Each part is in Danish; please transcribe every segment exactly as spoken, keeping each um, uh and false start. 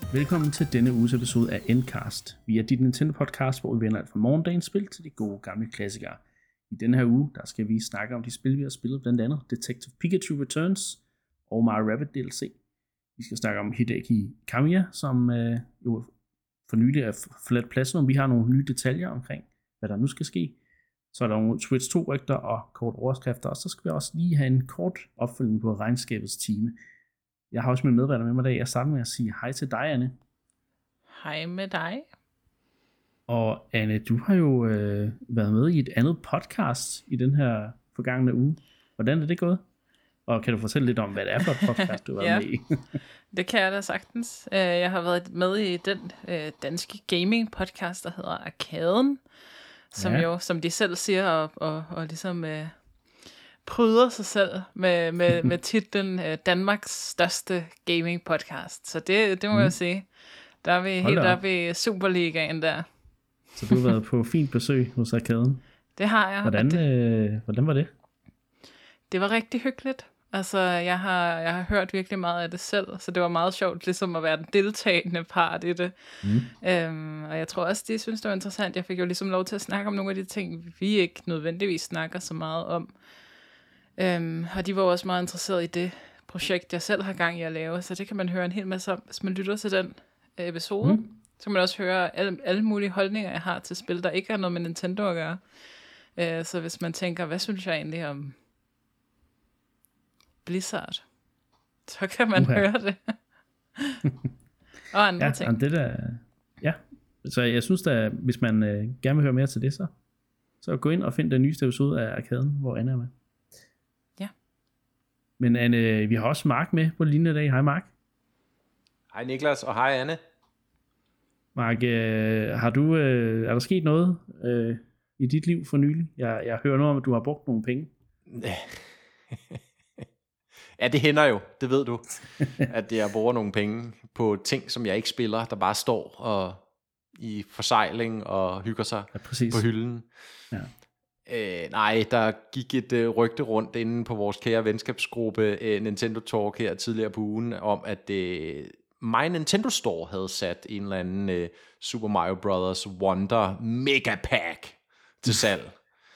Velkommen til denne uges episode af Endcast. Vi er dit Nintendo podcast, hvor vi vender alt fra morgendagens spil til de gode gamle klassikere. I denne her uge, der skal vi snakke om de spil, vi har spillet, blandt andet Detective Pikachu Returns og Mario Rabbids D L C. Vi skal snakke om Hideki Kamiya, som øh, jo for nylig er forladt pladsen, og vi har nogle nye detaljer omkring, hvad der nu skal ske. Så er der nogle Switch to rygter og kort overskrifter, og så skal vi også lige have en kort opfølgning på regnskabets time. Jeg har også min medværter med mig i dag. Jeg starter med at sige hej til dig, Anne. Hej med dig. Og Anne, du har jo øh, været med i et andet podcast i den her forgangne uge. Hvordan er det gået? Og kan du fortælle lidt om, hvad det er for et podcast, du har været ja, med i? Det kan jeg da sagtens. Jeg har været med i den øh, danske gaming podcast, der hedder Arkaden, som ja. jo, som de selv siger, og, og, og ligesom øh, pryder sig selv med, med, med titlen øh, Danmarks største gaming podcast. Så det, det må mm. jeg sige. Der er vi Hold helt op. oppe i Superligaen der. Så du har været på fint besøg hos Arkaden? Det har jeg. Hvordan, det, øh, hvordan var det? Det var rigtig hyggeligt. Altså, jeg har, jeg har hørt virkelig meget af det selv, så det var meget sjovt ligesom at være den deltagende part i det. Mm. Øhm, og jeg tror også, de synes, det var interessant. Jeg fik jo ligesom lov til at snakke om nogle af de ting, vi ikke nødvendigvis snakker så meget om. Øhm, og de var også meget interesseret i det projekt, jeg selv har gang i at lave, så det kan man høre en hel masse om, hvis man lytter til den episode. Mm. Så kan man også høre alle, alle mulige holdninger, jeg har til spil, der ikke har noget med Nintendo at gøre. Øh, så hvis man tænker, hvad synes jeg egentlig om Blizzard, så kan man uh-huh. høre det. Og andre ja, ting. Det der, ja, så jeg synes da, hvis man øh, gerne vil høre mere til det, så, så gå ind og find den nyeste episode af Arkaden, hvor Anne er med. Ja. Men Anne, vi har også Mark med på linjen i dag. Hej Mark. Hej Niklas, og hej Anne. Mark, øh, har du, øh, er der sket noget øh, i dit liv for nylig? Jeg, jeg hører noget om, at du har brugt nogle penge. Ja, det hænder jo, det ved du, at jeg bruger nogle penge på ting, som jeg ikke spiller, der bare står og i forsejling og hygger sig ja, på hylden. Ja. Øh, nej, der gik et øh, rygte rundt inde på vores kære venskabsgruppe øh, Nintendo Talk her tidligere på ugen, om at øh, My Nintendo Store havde sat en eller anden øh, Super Mario Bros. Wonder Mega Pack til salg.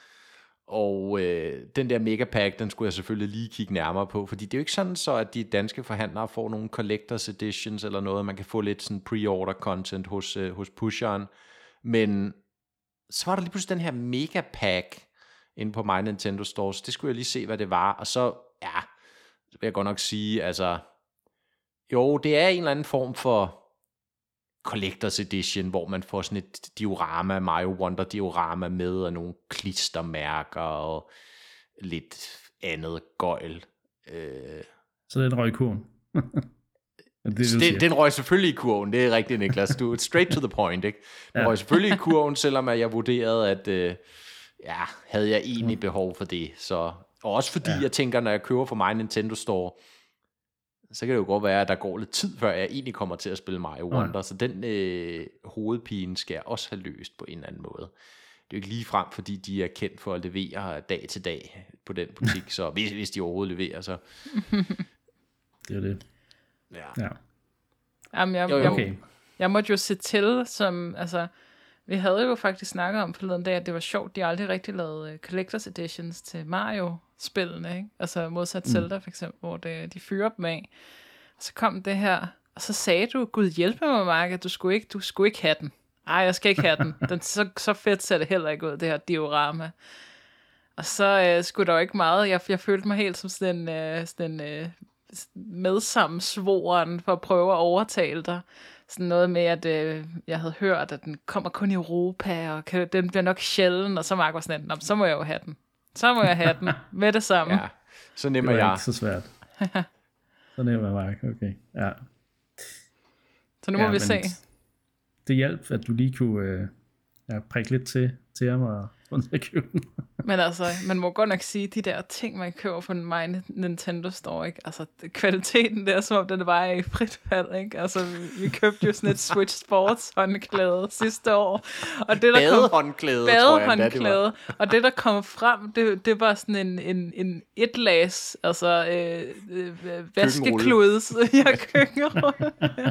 Og øh, den der Mega Pack, den skulle jeg selvfølgelig lige kigge nærmere på, fordi det er jo ikke sådan så, at de danske forhandlere får nogle collectors editions eller noget, man kan få lidt sådan pre-order content hos, øh, hos pusheren, men så var der lige pludselig den her Mega Pack inde på My Nintendo Store, så det skulle jeg lige se, hvad det var, og så, ja, så vil jeg godt nok sige, altså, jo, det er en eller anden form for Collectors Edition, hvor man får sådan et diorama, Mario Wonder diorama med, og nogle klistermærker, og lidt andet gøjl. Øh. Så den røg i kurven. det, det, den, den røg selvfølgelig i kurven, det er rigtigt, Niklas. Du er straight to the point, ikke? Den ja. røg selvfølgelig i kurven, selvom jeg vurderede, at øh, ja, havde jeg egentlig behov for det. Så, og også fordi ja. jeg tænker, når jeg køber for mig Nintendo Store, så kan det jo godt være, at der går lidt tid, før jeg egentlig kommer til at spille Mario Wonder, mm. så den øh, hovedpine skal jeg også have løst på en eller anden måde. Det er jo ikke lige frem, fordi de er kendt for at levere dag til dag på den butik, så hvis, hvis de overhovedet leverer, så... Det er det. Ja. ja. Jamen, jeg, jo, jo. Jeg, okay. jeg måtte jo se til, som, altså, vi havde jo faktisk snakket om forleden dag, at det var sjovt, de aldrig rigtig lavede uh, Collectors Editions til Mario-spillene, ikke? Altså modsat mm. Zelda for eksempel, hvor det, de fyrer dem af. Og så kom det her, og så sagde du, Gud hjælpe mig, Mark, at du skulle ikke, du skulle ikke have den. Ej, jeg skal ikke have den. den så, så fedt ser det heller ikke ud, det her diorama. Og så uh, skulle der jo ikke meget, jeg, jeg følte mig helt som sådan en, uh, sådan en uh, medsammensvoren for at prøve at overtale dig. Sådan noget med, at øh, jeg havde hørt, at den kommer kun i Europa, og kan, den bliver nok sjælden, og så Mark var sådan, at så må jeg jo have den. Så må jeg have den med det samme. Ja, så nemmer jeg. Det var ikke så svært. Så nemmer jeg, Mark, okay. Ja. Så nu må ja, vi se. Det hjalp, at du lige kunne øh, ja, prikke lidt til, til ham, og Men altså, man må godt nok sige, de der ting, man køber på den My Nintendo Store, ikke? Altså, kvaliteten der, som om den bare er i frit fald, ikke? Altså, vi købte jo sådan et Switch Sports håndklæde sidste år. Og det, der badehåndklæde, tror jeg endda, det var. Og det, der kom frem, det, det var sådan en, en, en etlags, altså, øh, øh, vaskekludes, ja, køkkenrulle.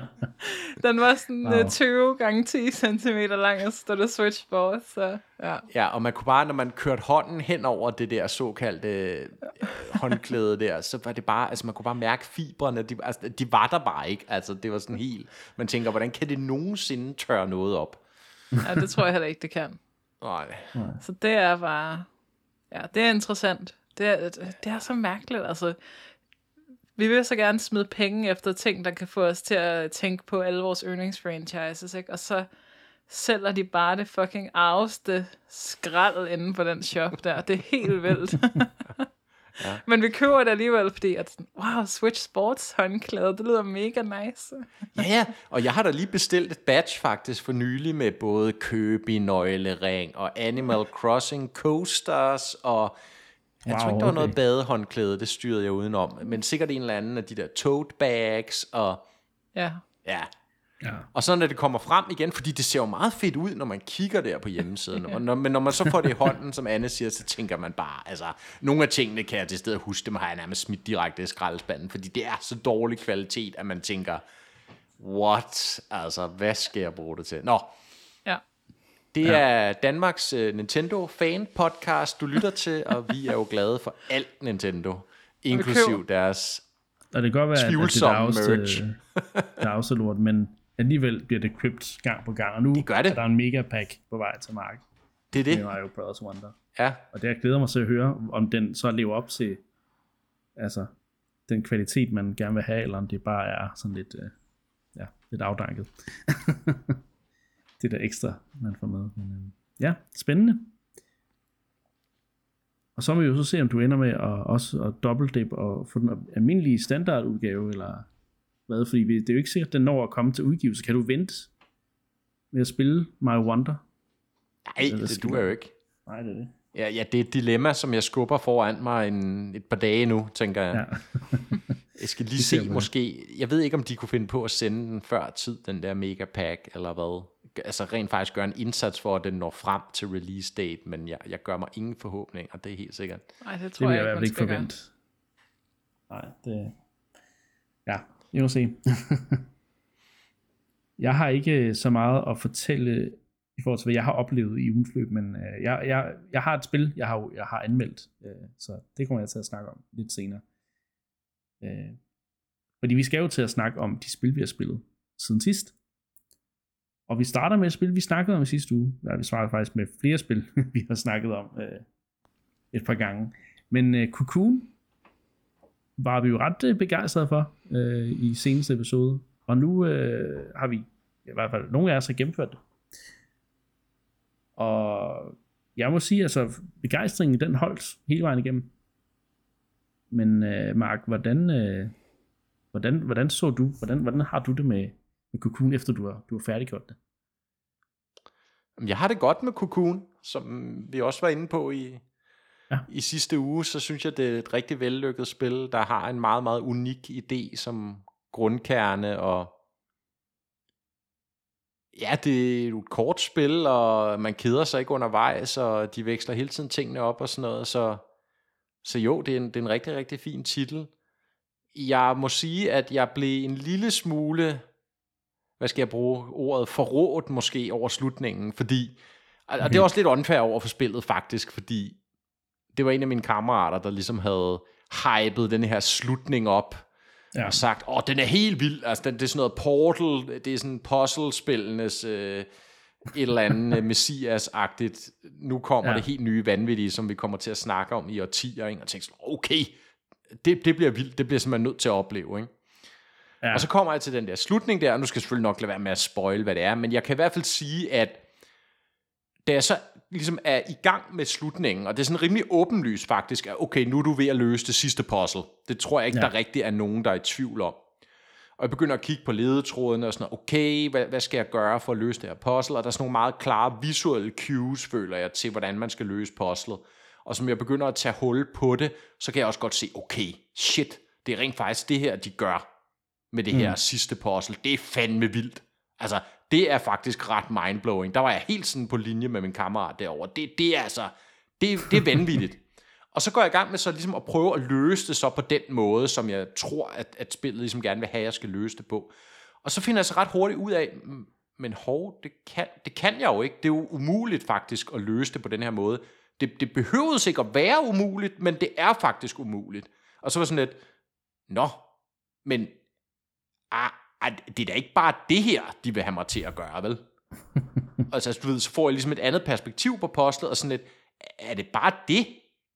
Den var sådan wow. tyve gange ti centimeter lang, og så stod der Switch Sports, så ja. Ja, og man kunne bare, når man kørte hånden hen over det der såkaldte øh, håndklæde der, så var det bare, altså man kunne bare mærke fibrene, de, altså, de var der bare ikke, altså det var sådan helt, man tænker, hvordan kan det nogensinde tørre noget op? Ja, det tror jeg heller ikke, det kan. Nej. Så det er bare, ja, det er interessant. Det er, det er så mærkeligt, altså. Vi vil så gerne smide penge efter ting, der kan få os til at tænke på alle vores yndlingsfranchises, ikke? Og så sælger de bare det fucking arveste skrald inden for den shop der. Det er helt vildt. Ja. Men vi køber det alligevel, fordi at, wow, Switch Sports håndklæde, det lyder mega nice. Ja, ja, og jeg har da lige bestilt et badge faktisk for nylig med både Kirby nøglering og Animal Crossing coasters og jeg wow, tror ikke, der var okay. noget badehåndklæde, det styrede jeg udenom. Men sikkert en eller anden af de der tote bags og ja. Ja. Ja. Og så når det kommer frem igen, fordi det ser jo meget fedt ud, når man kigger der på hjemmesiden. ja. når, men når man så får det i hånden, som Anne siger, så tænker man bare, altså, nogle af tingene kan jeg til stedet huske, dem har jeg nærmest smidt direkte i skraldespanden, fordi det er så dårlig kvalitet, at man tænker, what? Altså, hvad skal jeg bruge det til? Nå. Ja. Det er ja. Danmarks uh, Nintendo fan podcast, du lytter til, og vi er jo glade for alt Nintendo, inklusiv deres og det kan godt være, tvivlsomme at det merch. Der er også lort, men alligevel bliver det købt gang på gang, og nu det gør det. er der en mega pack på vej til markedet. Det er det. Det er jo Brothers Wonder. Ja. Og det jeg glæder mig til at høre, om den så lever op til altså den kvalitet, man gerne vil have, eller om det bare er sådan lidt, øh, ja, lidt afdanket. Det der ekstra, man får med. Men, øh, ja, spændende. Og så må vi jo så se, om du ender med at også at dobbeltdip og få den almindelige standardudgave, eller hvad, fordi det er jo ikke sikkert, at den når at komme til udgivelse. Kan du vente med at spille My Wonder? Nej, det duer jo ikke. Nej, det er det. Ja, ja, det er et dilemma, som jeg skubber foran mig en, et par dage nu, tænker jeg. Ja. Jeg skal lige se måske, jeg ved ikke, om de kunne finde på at sende den før tid, den der mega pack, eller hvad. Altså rent faktisk gøre en indsats for, at den når frem til release date, men jeg, jeg gør mig ingen forhåbninger, det er helt sikkert. Nej, det tror det vil jeg, jeg ikke, ikke forvente. Nej, det... Ja, jeg må se. Jeg har ikke så meget at fortælle i forhold til, hvad jeg har oplevet i ugens løb, men øh, jeg, jeg, jeg har et spil, jeg har, jeg har anmeldt, øh, så det kommer jeg til at snakke om lidt senere. Øh, fordi vi skal jo til at snakke om de spil, vi har spillet siden sidst. Og vi starter med et spil, vi snakkede om i sidste uge. Ja, vi svarede faktisk med flere spil, vi har snakket om øh, et par gange. Men øh, Cocoon var vi jo ret øh, begejstrede for øh, i seneste episode. Og nu øh, har vi, i hvert fald nogle af os har gennemført det. Og jeg må sige, altså begejstringen den holdt hele vejen igennem. Men øh, Mark, hvordan, øh, hvordan, hvordan så du, hvordan, hvordan har du det med, med Cocoon, efter du har, du har færdiggjort det? Jeg har det godt med Cocoon, som vi også var inde på i, ja. i sidste uge. Så synes jeg, det er et rigtig vellykket spil, der har en meget, meget unik idé som grundkerne. Og ja, det er et kort spil, og man keder sig ikke undervejs, og de veksler hele tiden tingene op og sådan noget. Så, så jo, det er, en, det er en rigtig, rigtig fin titel. Jeg må sige, at jeg blev en lille smule... hvad skal jeg bruge ordet, forrådt måske over slutningen, fordi, okay. og det er også lidt unfair over for spillet faktisk, fordi det var en af mine kammerater, der ligesom havde hypet den her slutning op, ja. og sagt, åh, den er helt vild, altså den, det er sådan noget Portal, det er sådan puzzle-spillenes øh, et eller andet Messias-agtigt, nu kommer ja. det helt nye vanvittige, som vi kommer til at snakke om i årtier, ikke? Og tænkte sådan, okay, det, det bliver vildt, det bliver simpelthen nødt til at opleve, ikke? Ja. Og så kommer jeg til den der slutning der, og nu skal jeg selvfølgelig nok lade være med at spoil, hvad det er, men jeg kan i hvert fald sige, at da jeg så ligesom er i gang med slutningen, og det er sådan rimelig åbenlyst faktisk, at okay, nu er du ved at løse det sidste puzzle. Det tror jeg ikke, ja. der rigtig er nogen, der er i tvivl om. Og jeg begynder at kigge på ledetrådene og sådan, okay, hvad, hvad skal jeg gøre for at løse det her puzzle? Og der er sådan nogle meget klare visuelle cues, føler jeg, til hvordan man skal løse puzzlet. Og som jeg begynder at tage hul på det, så kan jeg også godt se, okay, shit, det er rent faktisk det her, de gør med det her mm. sidste puzzle. Det er fandme vildt. Altså, det er faktisk ret mindblowing. Der var jeg helt sådan på linje med min kammerat derovre. Det, det er altså, det, det er vanvittigt. Og så går jeg i gang med så ligesom at prøve at løse det så på den måde, som jeg tror, at, at spillet ligesom gerne vil have, at jeg skal løse det på. Og så finder jeg så ret hurtigt ud af, men hov, det kan, det kan jeg jo ikke. Det er jo umuligt faktisk at løse det på den her måde. Det, det behøver sikkert at være umuligt, men det er faktisk umuligt. Og så var sådan lidt, nå, men ah, det er da ikke bare det her, de vil have mig til at gøre, vel? Og så, du ved, så får jeg ligesom et andet perspektiv på puzzlet, og sådan lidt, er det bare det?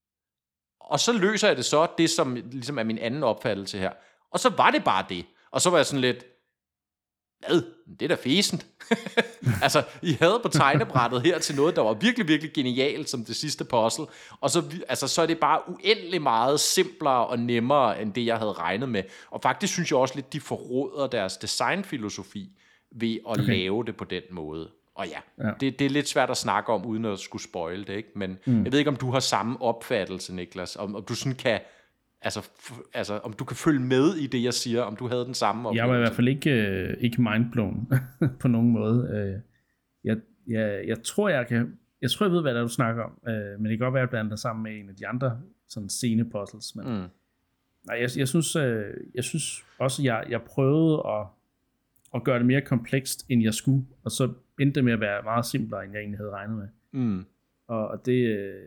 Og så løser jeg det så, det som ligesom er min anden opfattelse her. Og så var det bare det. Og så var jeg sådan lidt, hvad? Det er da fæsent. Altså, I havde på tegnebrættet her til noget, der var virkelig, virkelig genialt som det sidste puzzle. Og så, altså, så er det bare uendelig meget simplere og nemmere, end det, jeg havde regnet med. Og faktisk synes jeg også lidt, de forråder deres designfilosofi ved at okay. lave det på den måde. Og ja, ja. Det, det er lidt svært at snakke om, uden at skulle spoile det, ikke? Men mm. jeg ved ikke, om du har samme opfattelse, Niklas. Om, om du sådan kan, altså, f- altså, om du kan følge med i det, jeg siger, om du havde den samme oplevelse. Jeg var i hvert fald ikke, øh, ikke mindblown på nogen måde. Øh, jeg, jeg, jeg tror, jeg kan, jeg tror, jeg ved, hvad der du snakker om. Øh, men det kan godt være, at jeg blander sammen med en af de andre sådan scene-puzzles. Men mm. nej, jeg, jeg, synes, øh, jeg synes også, jeg, jeg prøvede at, at gøre det mere komplekst, end jeg skulle. Og så endte det med at være meget simplere, end jeg egentlig havde regnet med. Mm. Og, og det øh,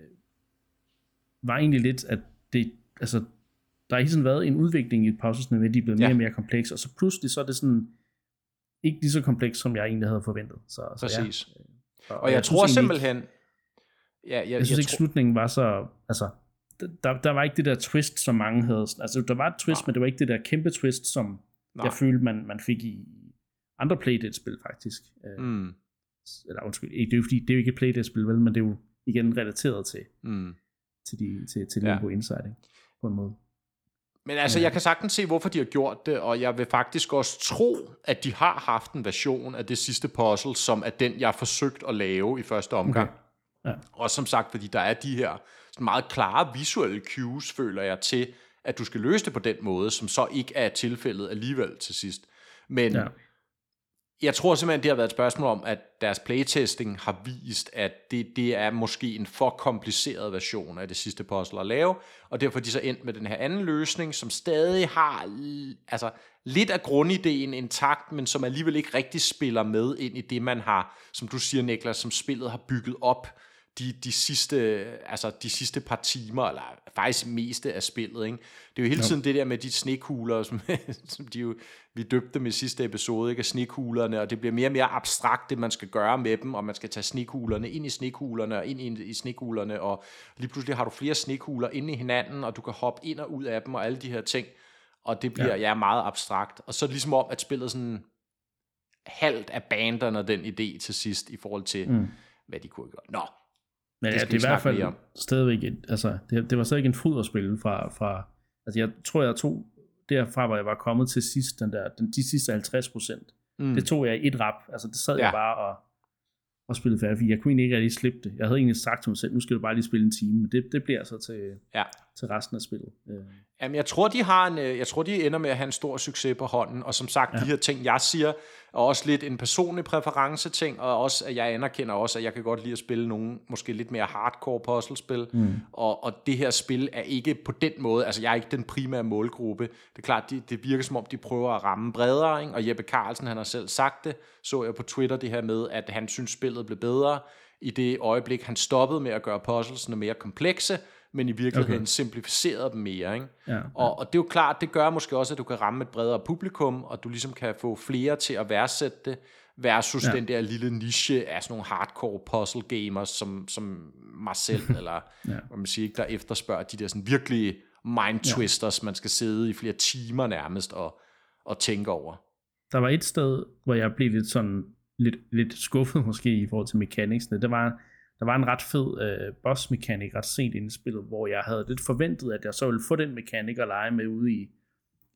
var egentlig lidt, at det, altså, der har hele tiden været en udvikling i puzzlesne, med at de er blevet ja. mere og mere komplekse, og så pludselig så er det sådan, ikke lige så komplekst, som jeg egentlig havde forventet. Så, Præcis. Så ja. og, og, og jeg, jeg tror simpelthen... Ikke, ja, jeg, jeg synes jeg ikke, tro... slutningen var så... Altså, der, der var ikke det der twist, som mange havde... Altså, der var et twist, ja. men det var ikke det der kæmpe twist, som Nej. jeg følte, man, man fik i andre Playdead-spil, faktisk. Mm. Eller undskyld, det er jo, fordi, det er jo ikke et Playdead-spil, vel, men det er jo igen relateret til, mm. til, de, til, til Limbo ja. Inside, ikke? På en måde. Men altså, jeg kan sagtens se, hvorfor de har gjort det, og jeg vil faktisk også tro, at de har haft en version af det sidste puzzle, som er den, jeg har forsøgt at lave i første omgang. Okay. Ja. Og som sagt, fordi der er de her meget klare visuelle cues, føler jeg, til, at du skal løse det på den måde, som så ikke er tilfældet alligevel til sidst. Men ja. jeg tror simpelthen, det har været et spørgsmål om, at deres playtesting har vist, at det, det er måske en for kompliceret version af det sidste puzzle at lave, og derfor er de så endt med den her anden løsning, som stadig har altså, lidt af grundideen intakt, men som alligevel ikke rigtig spiller med ind i det, man har, som du siger, Niklas, som spillet har bygget op de, de, sidste, altså de sidste par timer, eller faktisk meste af spillet. Ikke? Det er jo hele tiden no. det der med de snekugler, som, som de jo, vi døbte dem i sidste episode, ikke? Af snekuglerne, og det bliver mere og mere abstrakt, det man skal gøre med dem, og man skal tage snekuglerne ind i snekuglerne, og ind i, i snekuglerne, og lige pludselig har du flere snekugler inde i hinanden, og du kan hoppe ind og ud af dem, og alle de her ting, og det bliver ja. Ja, meget abstrakt. Og så er det ligesom om, at spillet sådan halvt abandoner den idé til sidst, i forhold til, mm. hvad de kunne have gjort. Nå, men det, ja, det er i hvert fald stadigvæk et, altså, det, det var stadig en foderspil fra, fra, altså jeg tror, jeg tog derfra, hvor jeg var kommet til sidst, den der, den, de sidste halvtreds procent, mm. det tog jeg i et rap, altså det sad ja. jeg bare og, og spillede færdigt, fordi jeg kunne egentlig ikke rigtig slippe det. Jeg havde egentlig sagt til mig selv, nu skal du bare lige spille en time, men det, det bliver så til, ja. til resten af spillet. Jamen, jeg tror, de har en, jeg tror, de ender med at have en stor succes på hånden, og som sagt, ja. de her ting, jeg siger, er også lidt en personlig præference ting, og også, at jeg anerkender også, at jeg kan godt lide at spille nogle, måske lidt mere hardcore puzzlespil, mm. og, og det her spil er ikke på den måde, altså jeg er ikke den primære målgruppe. Det er klart, det, det virker som om, de prøver at ramme bredere, ikke? Og Jeppe Carlsen, han har selv sagt det, så jeg på Twitter det her med, at han synes, spillet blev bedre i det øjeblik, han stoppede med at gøre puzzlesene mere komplekse, men i virkeligheden okay. simplificeret dem mere. Ikke? Ja, ja. Og, og det er jo klart, det gør måske også, at du kan ramme et bredere publikum, og du ligesom kan få flere til at værdsætte det, versus ja. den der lille niche af sådan nogle hardcore puzzle gamers, som, som mig selv, eller ja. hvad man siger, der efterspørger de der sådan virkelig mind twisters, ja. man skal sidde i flere timer nærmest og, og tænke over. Der var et sted, hvor jeg blev lidt sådan, lidt, lidt skuffet måske i forhold til mechanicsene. Det var Der var en ret fed øh, boss-mekanik ret sent inde i spillet, hvor jeg havde lidt forventet, at jeg så ville få den mekanik at lege med ude i,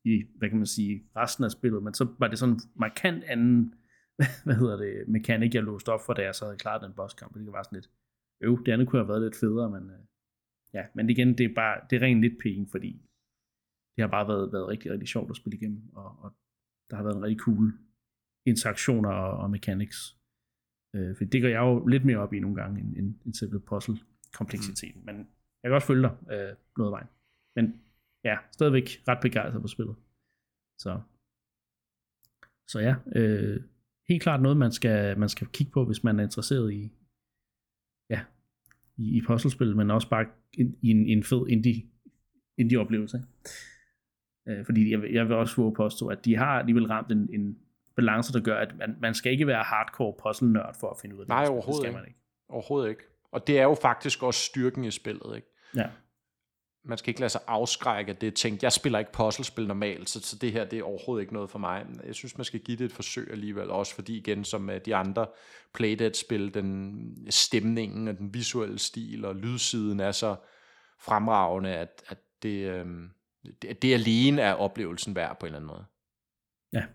i, hvad kan man sige, resten af spillet, men så var det sådan en markant anden, hvad hedder det, mekanik, jeg låste op for, da jeg så havde klaret den bosskamp. Det var sådan lidt, øv, det andet kunne have været lidt federe, men øh, ja, men igen, det er bare, det er rent lidt penge, fordi det har bare været, været rigtig, rigtig sjovt at spille igennem, og, og der har været en rigtig cool interaktioner og, og mechanics. Øh, for det går jeg jo lidt mere op i nogle gange, end, end, end selve puzzle-kompleksiteten, mm. men jeg kan godt følge dig øh, noget af vejen. Men ja, stadigvæk ret begejstret på spillet. Så, så ja, øh, helt klart noget, man skal, man skal kigge på, hvis man er interesseret i, ja, i, i puzzlespil, men også bare i en, en fed indie, indie-oplevelse. Øh, fordi jeg, jeg vil også våge påstå, at de har alligevel ramt en, en balance, der gør, at man, man skal ikke være hardcore puzzle-nørd for at finde ud af det. Nej, overhovedet det skal man ikke. Overhovedet ikke. Og det er jo faktisk også styrken i spillet, ikke? Ja. Man skal ikke lade sig afskrække af det. Tænk, jeg spiller ikke puzzlespil normalt, så, så det her, det er overhovedet ikke noget for mig. Jeg synes, man skal give det et forsøg alligevel, også fordi igen, som de andre Playdead-spil, den stemningen og den visuelle stil og lydsiden er så fremragende, at, at det, øh, det, det alene er oplevelsen værd på en eller anden måde. Ja.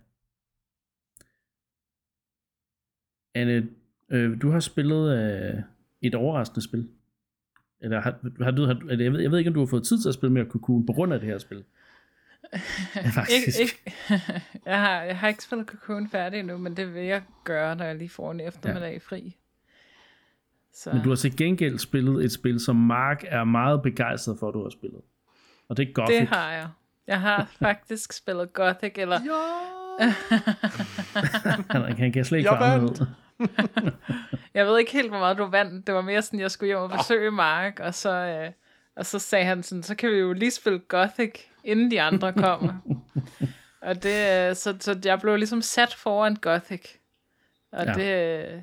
Anne, øh, du har spillet øh, et overraskende spil. Eller har, har du, har, jeg, ved, jeg ved ikke, om du har fået tid til at spille mere Cocoon på grund af det her spil. Ja, faktisk. Ik, ik, jeg, har, jeg har ikke spillet Cocoon færdig endnu, men det vil jeg gøre, når jeg lige får en eftermiddag ja. fri. Så. Men du har til gengæld spillet et spil, som Mark er meget begejstret for, at du har spillet. Og det er Gothic. Det har jeg. Jeg har faktisk spillet Gothic, eller... Ja! han, han kan slet ikke være med. Jeg ved ikke helt, hvor meget du vandt. Det var mere sådan, jeg skulle hjem og besøge Mark, og så, øh, og så sagde han sådan, så kan vi jo lige spille Gothic, inden de andre kommer. og det, så, så jeg blev ligesom sat foran Gothic. Og ja. det...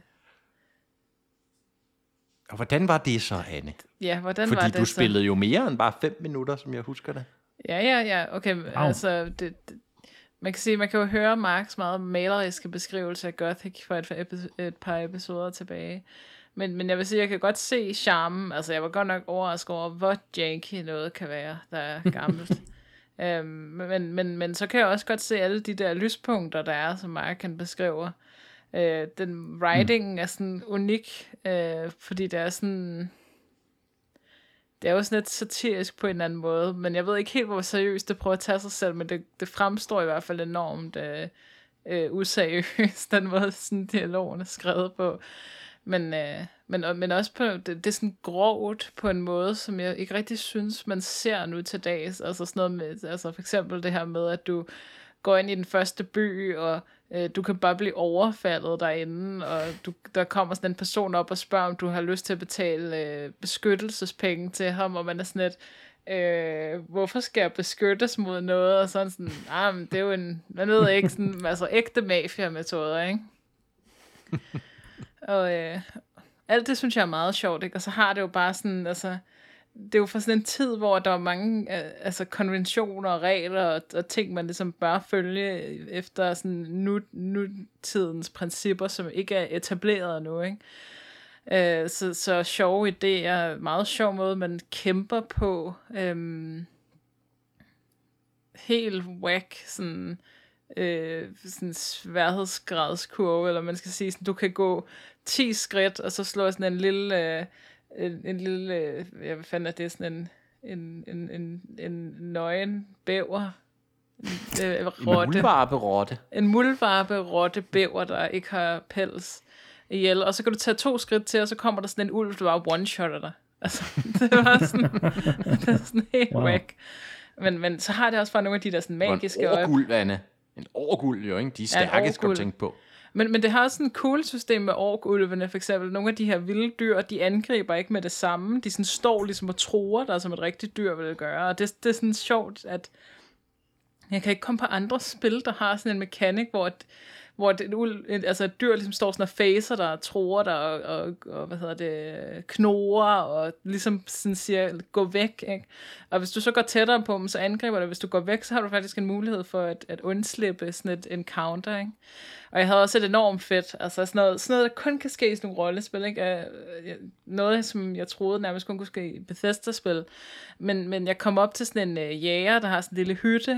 Og hvordan var det så, Anne? Ja, hvordan Fordi var det du så? spillede jo mere end bare fem minutter, som jeg husker det. Ja, ja, ja. Okay, wow. altså... Det, det, man kan sige, man kan jo høre Marks meget maleriske beskrivelse af Gothic for et, epi- et par episoder tilbage. Men, men jeg vil sige, jeg kan godt se charmen. Altså, jeg var godt nok overrasket over, hvor janky noget kan være, der er gammelt. øhm, men, men, men så kan jeg også godt se alle de der lyspunkter, der er, som Mark kan beskrive. Øh, den writing mm. er sådan unik, øh, fordi det er sådan... Det er jo sådan lidt satirisk på en eller anden måde, men jeg ved ikke helt, hvor seriøst det prøver at tage sig selv, men det, det fremstår i hvert fald enormt øh, øh, useriøst, den måde sådan dialogen er skrevet på. Men, øh, men, men også på, det, det er sådan grovt på en måde, som jeg ikke rigtig synes, man ser nu til dags. Altså sådan noget med, altså for eksempel det her med, at du går ind i den første by, og øh, du kan bare blive overfaldet derinde, og du, der kommer sådan en person op og spørger, om du har lyst til at betale øh, beskyttelsespenge til ham, og man er sådan lidt, øh, hvorfor skal jeg beskyttes mod noget? Og sådan sådan, ah, men det er jo en, man ved ikke, sådan, altså ægte mafia-metoder, ikke? og øh, alt det synes jeg er meget sjovt, ikke? Og så har det jo bare sådan, altså, det er jo for sådan en tid, hvor der er mange altså konventioner og regler og, og ting, man ligesom bør følge efter sådan nu, nutidens principper, som ikke er etableret nu, ikke? Øh, så, så sjove idéer, meget sjov måde, man kæmper på, øhm, helt whack, sådan, øh, sådan sværhedsgradskurve, eller man skal sige, sådan, du kan gå ti skridt, og så slå sådan en lille... Øh, En, en lille, jeg fandt, at det er sådan en, en, en, en, en nøgen bæver. En, øh, en muldvarpe-rotte. En muldvarpe-rotte-bæver, der ikke har pels ihjel. Og så kan du tage to skridt til, og så kommer der sådan en ulv, der bare one-shotter dig. Altså, det var sådan, det var sådan helt wow. Whack. Men, men så har det også bare nogle af de der sådan magiske øje. En orgulv, Anne. En orgulv, jo, ikke? De er stærke, ja, skal du tænke på. Men, men det har også sådan et cool system med ork-ulvene, for eksempel. Nogle af de her vilde dyr, de angriber ikke med det samme. De sådan står ligesom og truer der, som et rigtigt dyr vil gøre. Og det, det er sådan sjovt, at jeg kan ikke komme på andre spil, der har sådan en mekanik, hvor et, hvor et, et, altså et dyr ligesom står sådan og facer der, og truer der, og, og, og hvad hedder det, knorer, og ligesom sådan siger, gå væk, ikke? Og hvis du så går tættere på dem, så angriber det. Hvis du går væk, så har du faktisk en mulighed for at, at undslippe sådan et encounter, ikke? Og jeg havde også et enormt fedt, altså sådan noget, sådan noget, der kun kan ske i sådan nogle rollespil, ikke? Noget, som jeg troede nærmest kun kunne ske i Bethesda-spil. Men, men jeg kom op til sådan en uh, jæger, der har sådan en lille hytte,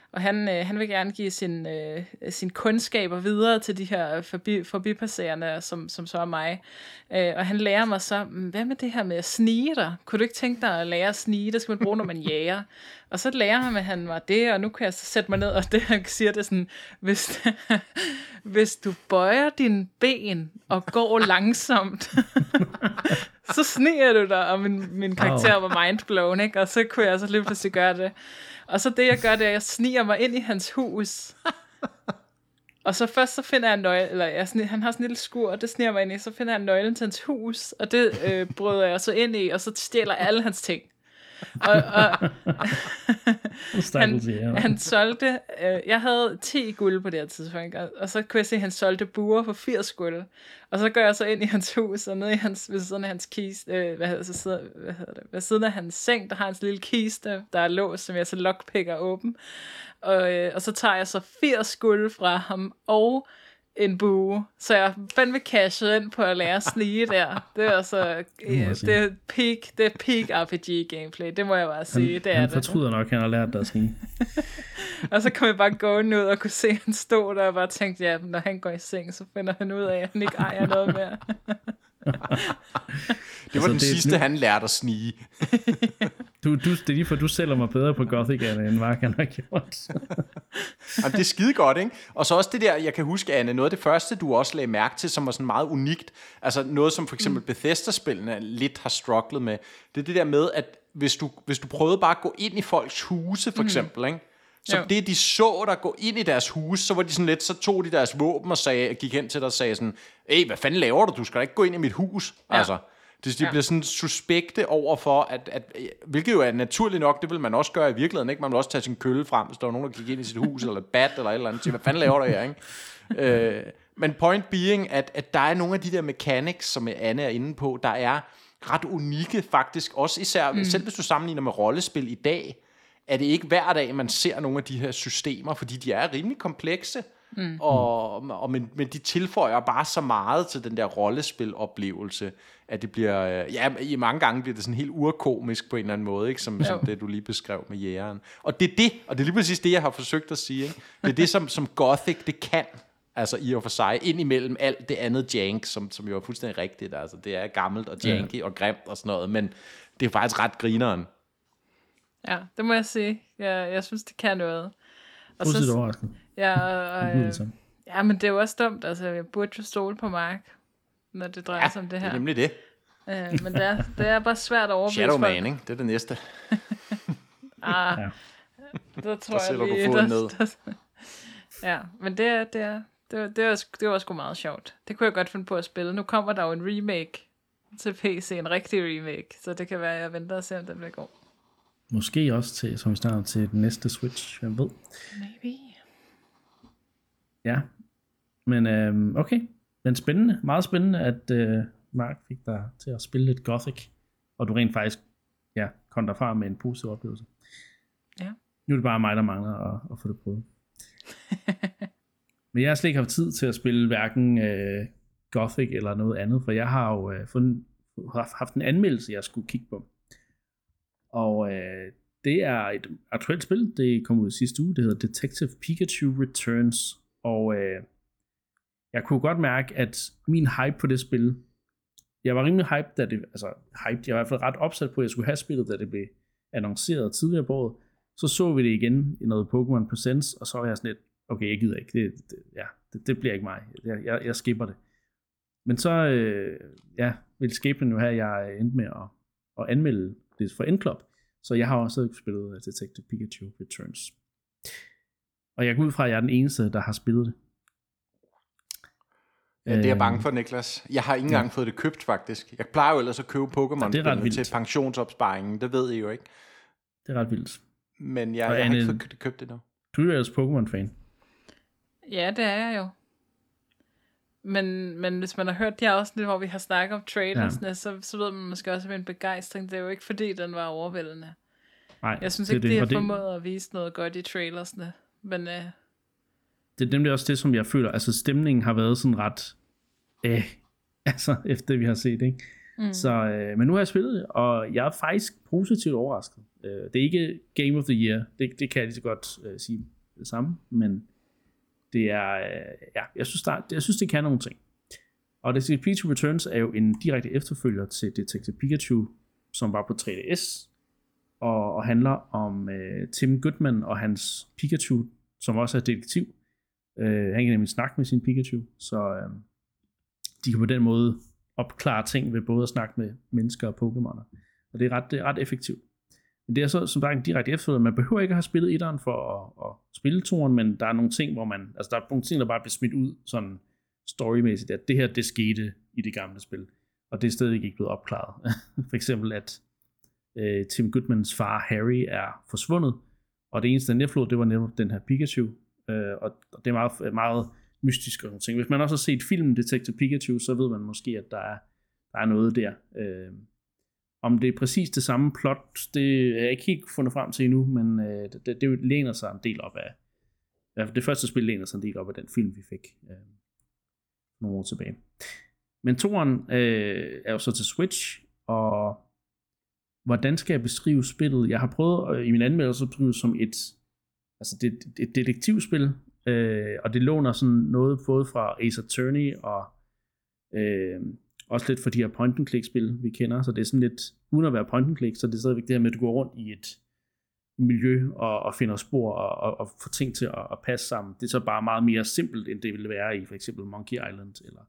Og han, øh, han vil gerne give sin, øh, sin kundskaber videre til de her forbi, forbipasserende, som, som så er mig. Øh, og han lærer mig så, hvad med det her med at snige dig? Kunne du ikke tænke dig at lære at snige? Det skal man bruge, når man jager. Og så lærer han, at han var det, og nu kan jeg så sætte mig ned, og det han siger, det er sådan, hvis, hvis du bøjer dine ben og går langsomt, så sniger du dig, og min, min karakter var mindblown, ikke? Og så kunne jeg så lige pludselig gøre det. Og så det, jeg gør, det er, at jeg sniger mig ind i hans hus. Og så først så finder jeg en nøgle, eller jeg sniger, han har sådan en lille skur, og det sniger mig ind i, så finder jeg nøglen til hans hus, og det øh, bryder jeg så ind i, og så stjæler alle hans ting. Og, og han, han solgte, øh, jeg havde ti guld på det her tidspunkt, og, og så kunne jeg se, at han solgte buer for firs guld. Og så går jeg så ind i hans hus, og nede i hans, ved siden af hans kiste, øh, hvad hedder, så sidder, hvad hedder det, ved siden af hans seng, der har hans lille kiste, der er låst, som jeg så lockpicker åben. Og, øh, og så tager jeg så firs guld fra ham, og en bue, så jeg fandme cashet ind på at lære at snige der. Det er altså, ja, det er peak, det er peak R P G gameplay, det må jeg bare sige. Han, det er han det. fortryder nok, at han har lært dig at snige. Og så kom jeg bare gående ud og kunne se, at han stod der og bare tænkte, ja, når han går i seng, så finder han ud af, at han ikke ejer noget mere. Det var altså, den det, sidste, nu... han lærte at snige. du, du, det er lige for, du sælger mig bedre på Gothic, Anne, end Mark han har gjort. Jamen, det er skide godt, ikke? Og så også det der, jeg kan huske, Anne, noget af det første, du også lagde mærke til, som var sådan meget unikt, altså noget, som for eksempel mm. Bethesda-spillene lidt har strugglet med, det er det der med, at hvis du, hvis du prøvede bare at gå ind i folks huse, for eksempel, mm. ikke? Så jo. Det, de så der gå ind i deres hus, så var de sådan lidt, så tog de deres våben og sagde, gik hen til dig og sagde sådan, ey, hvad fanden laver du? Du skal da ikke gå ind i mit hus. Ja. Altså, det, de ja. bliver sådan suspekte over for, at, at, hvilket jo er naturligt nok, det vil man også gøre i virkeligheden, ikke? Man vil også tage sin kølle frem, hvis der var nogen, der gik ind i sit hus, eller et bat, eller et eller andet, sige, hvad fanden laver du her, ikke? øh, men point being, at, at der er nogle af de der mechanics, som Anne er inde på, der er ret unikke faktisk, også især, mm. selv hvis du sammenligner med rollespil i dag, er det ikke hver dag, man ser nogle af de her systemer, fordi de er rimelig komplekse, mm. og, og men, men de tilføjer bare så meget til den der rollespil-oplevelse, at det bliver, ja, i mange gange bliver det sådan helt urkomisk på en eller anden måde, ikke? Som, som det, du lige beskrev med jægeren. Og det er det, og det er lige præcis det, jeg har forsøgt at sige, ikke? Det er det, som, som Gothic, det kan, altså i og for sig, ind imellem alt det andet jank, som, som jo er fuldstændig rigtigt, altså det er gammelt og janky ja. og grimt og sådan noget, men det er faktisk ret grineren. Ja, det må jeg sige. Jeg, jeg synes, det kan noget. Positivt overraskende. Ja, og, øh, ja, men det er jo også dumt. Altså, jeg burde jo stole på Mark, når det drejer ja, sig om det her. det er nemlig det. Øh, men det er, det er bare svært at overbevise Shadow Man, ikke? Det er det næste. ah, ja. Der tror der jeg lige... Der, ned. Der, ja, men det er... Det er det var, det, var, det var sgu meget sjovt. Det kunne jeg godt finde på at spille. Nu kommer der jo en remake til P C, en rigtig remake, så det kan være, at jeg venter og ser, om den bliver god. Måske også til, som vi starter til den næste Switch, jeg ved. Maybe. Ja, men øhm, okay. Men spændende, meget spændende, at øh, Mark fik dig til at spille lidt Gothic, og du rent faktisk ja, kom derfra med en positiv oplevelse. Ja. Nu er det bare mig, der mangler at, at få det prøvet. Men jeg har slet ikke haft tid til at spille hverken øh, Gothic eller noget andet, for jeg har jo øh, fundet, haft en anmeldelse, jeg skulle kigge på. Og øh, det er et aktuelt spil, det kom ud sidste uge, det hedder Detective Pikachu Returns, og øh, jeg kunne godt mærke, at min hype på det spil, jeg var rimelig hyped, da det, altså hyped, jeg var i hvert fald ret opsat på, at jeg skulle have spillet, da det blev annonceret tidligere på året. Så så vi det igen i noget Pokémon Presents, og så var jeg sådan lidt, okay, jeg gider ikke, det, det, ja, det, det bliver ikke mig, jeg, jeg, jeg skipper det. Men så, øh, ja, vil skæbnen jo have, at jeg endte med at, at anmelde det for N-Club, så jeg har også spillet Detective Pikachu Returns. Og jeg går ud fra, at jeg er den eneste, der har spillet det. Ja, det er jeg bange for, Niklas. Jeg har ikke engang ja. fået det købt, faktisk. Jeg plejer jo ellers at købe Pokémon til pensionsopsparingen. Det ved I jo ikke. Det er ret vildt. Men jeg, jeg har ikke fået det købt endnu. Du er jo ellers Pokémon-fan. Ja, det er jeg jo. Men, men hvis man har hørt de her afsnit, hvor vi har snakket om trailersne, ja. så, så ved man måske også, at min begejstring, det er jo ikke fordi, den var overvældende. Nej, jeg synes ikke, det, det. de har det... formået at vise noget godt i trailersne. Men, øh... det er nemlig også det, som jeg føler. Altså stemningen har været sådan ret, øh, altså efter vi har set, ikke? Mm. Så, øh, men nu har jeg spillet det, og jeg er faktisk positivt overrasket. Øh, det er ikke Game of the Year, det, det kan jeg lige så godt øh, sige det samme, men det er, ja, jeg synes, der, jeg synes det kan nogle ting. Og Detective Pikachu Returns er jo en direkte efterfølger til Detective Pikachu, som var på tre D S, og, og handler om uh, Tim Goodman og hans Pikachu, som også er detektiv. Uh, han kan nemlig snakke med sin Pikachu, så uh, de kan på den måde opklare ting ved både at snakke med mennesker og Pokémoner. Og det er ret, det er ret effektivt. Men det er så som der er en direkte efterfølger. Man behøver ikke at have spillet etteren for at, at spille toeren, men der er nogle ting, hvor man, altså der er nogle ting, der bare bliver smidt ud, sådan storymæssigt, at det her, det skete i det gamle spil. Og det er stadig ikke blevet opklaret. For eksempel, at øh, Tim Goodmans far, Harry, er forsvundet, og det eneste, der nedflod, det var netop den her Pikachu. Øh, og, og det er meget, meget mystisk og nogle ting. Hvis man også har set filmen Detective Pikachu, så ved man måske, at der er, der er noget der. Øh, om det er præcis det samme plot, det er jeg ikke helt fundet frem til endnu, men øh, det, det, det læner sig en del op af, ja, det første spil læner sig en del op af den film, vi fik øh, nogle år tilbage. Men toeren øh, er jo så til Switch, og hvordan skal jeg beskrive spillet? Jeg har prøvet øh, i min anmeldelse at beskrive som et, altså det, et detektivspil, øh, og det låner sådan noget både fra Ace Attorney og øh, også lidt for de her point and click spil vi kender, så det er sådan lidt, uden at være point and click, så det er stadigvæk det her med at du går rundt i et miljø og, og finder spor og, og, og får ting til at, at passe sammen. Det er så bare meget mere simpelt, end det ville være i for eksempel Monkey Island eller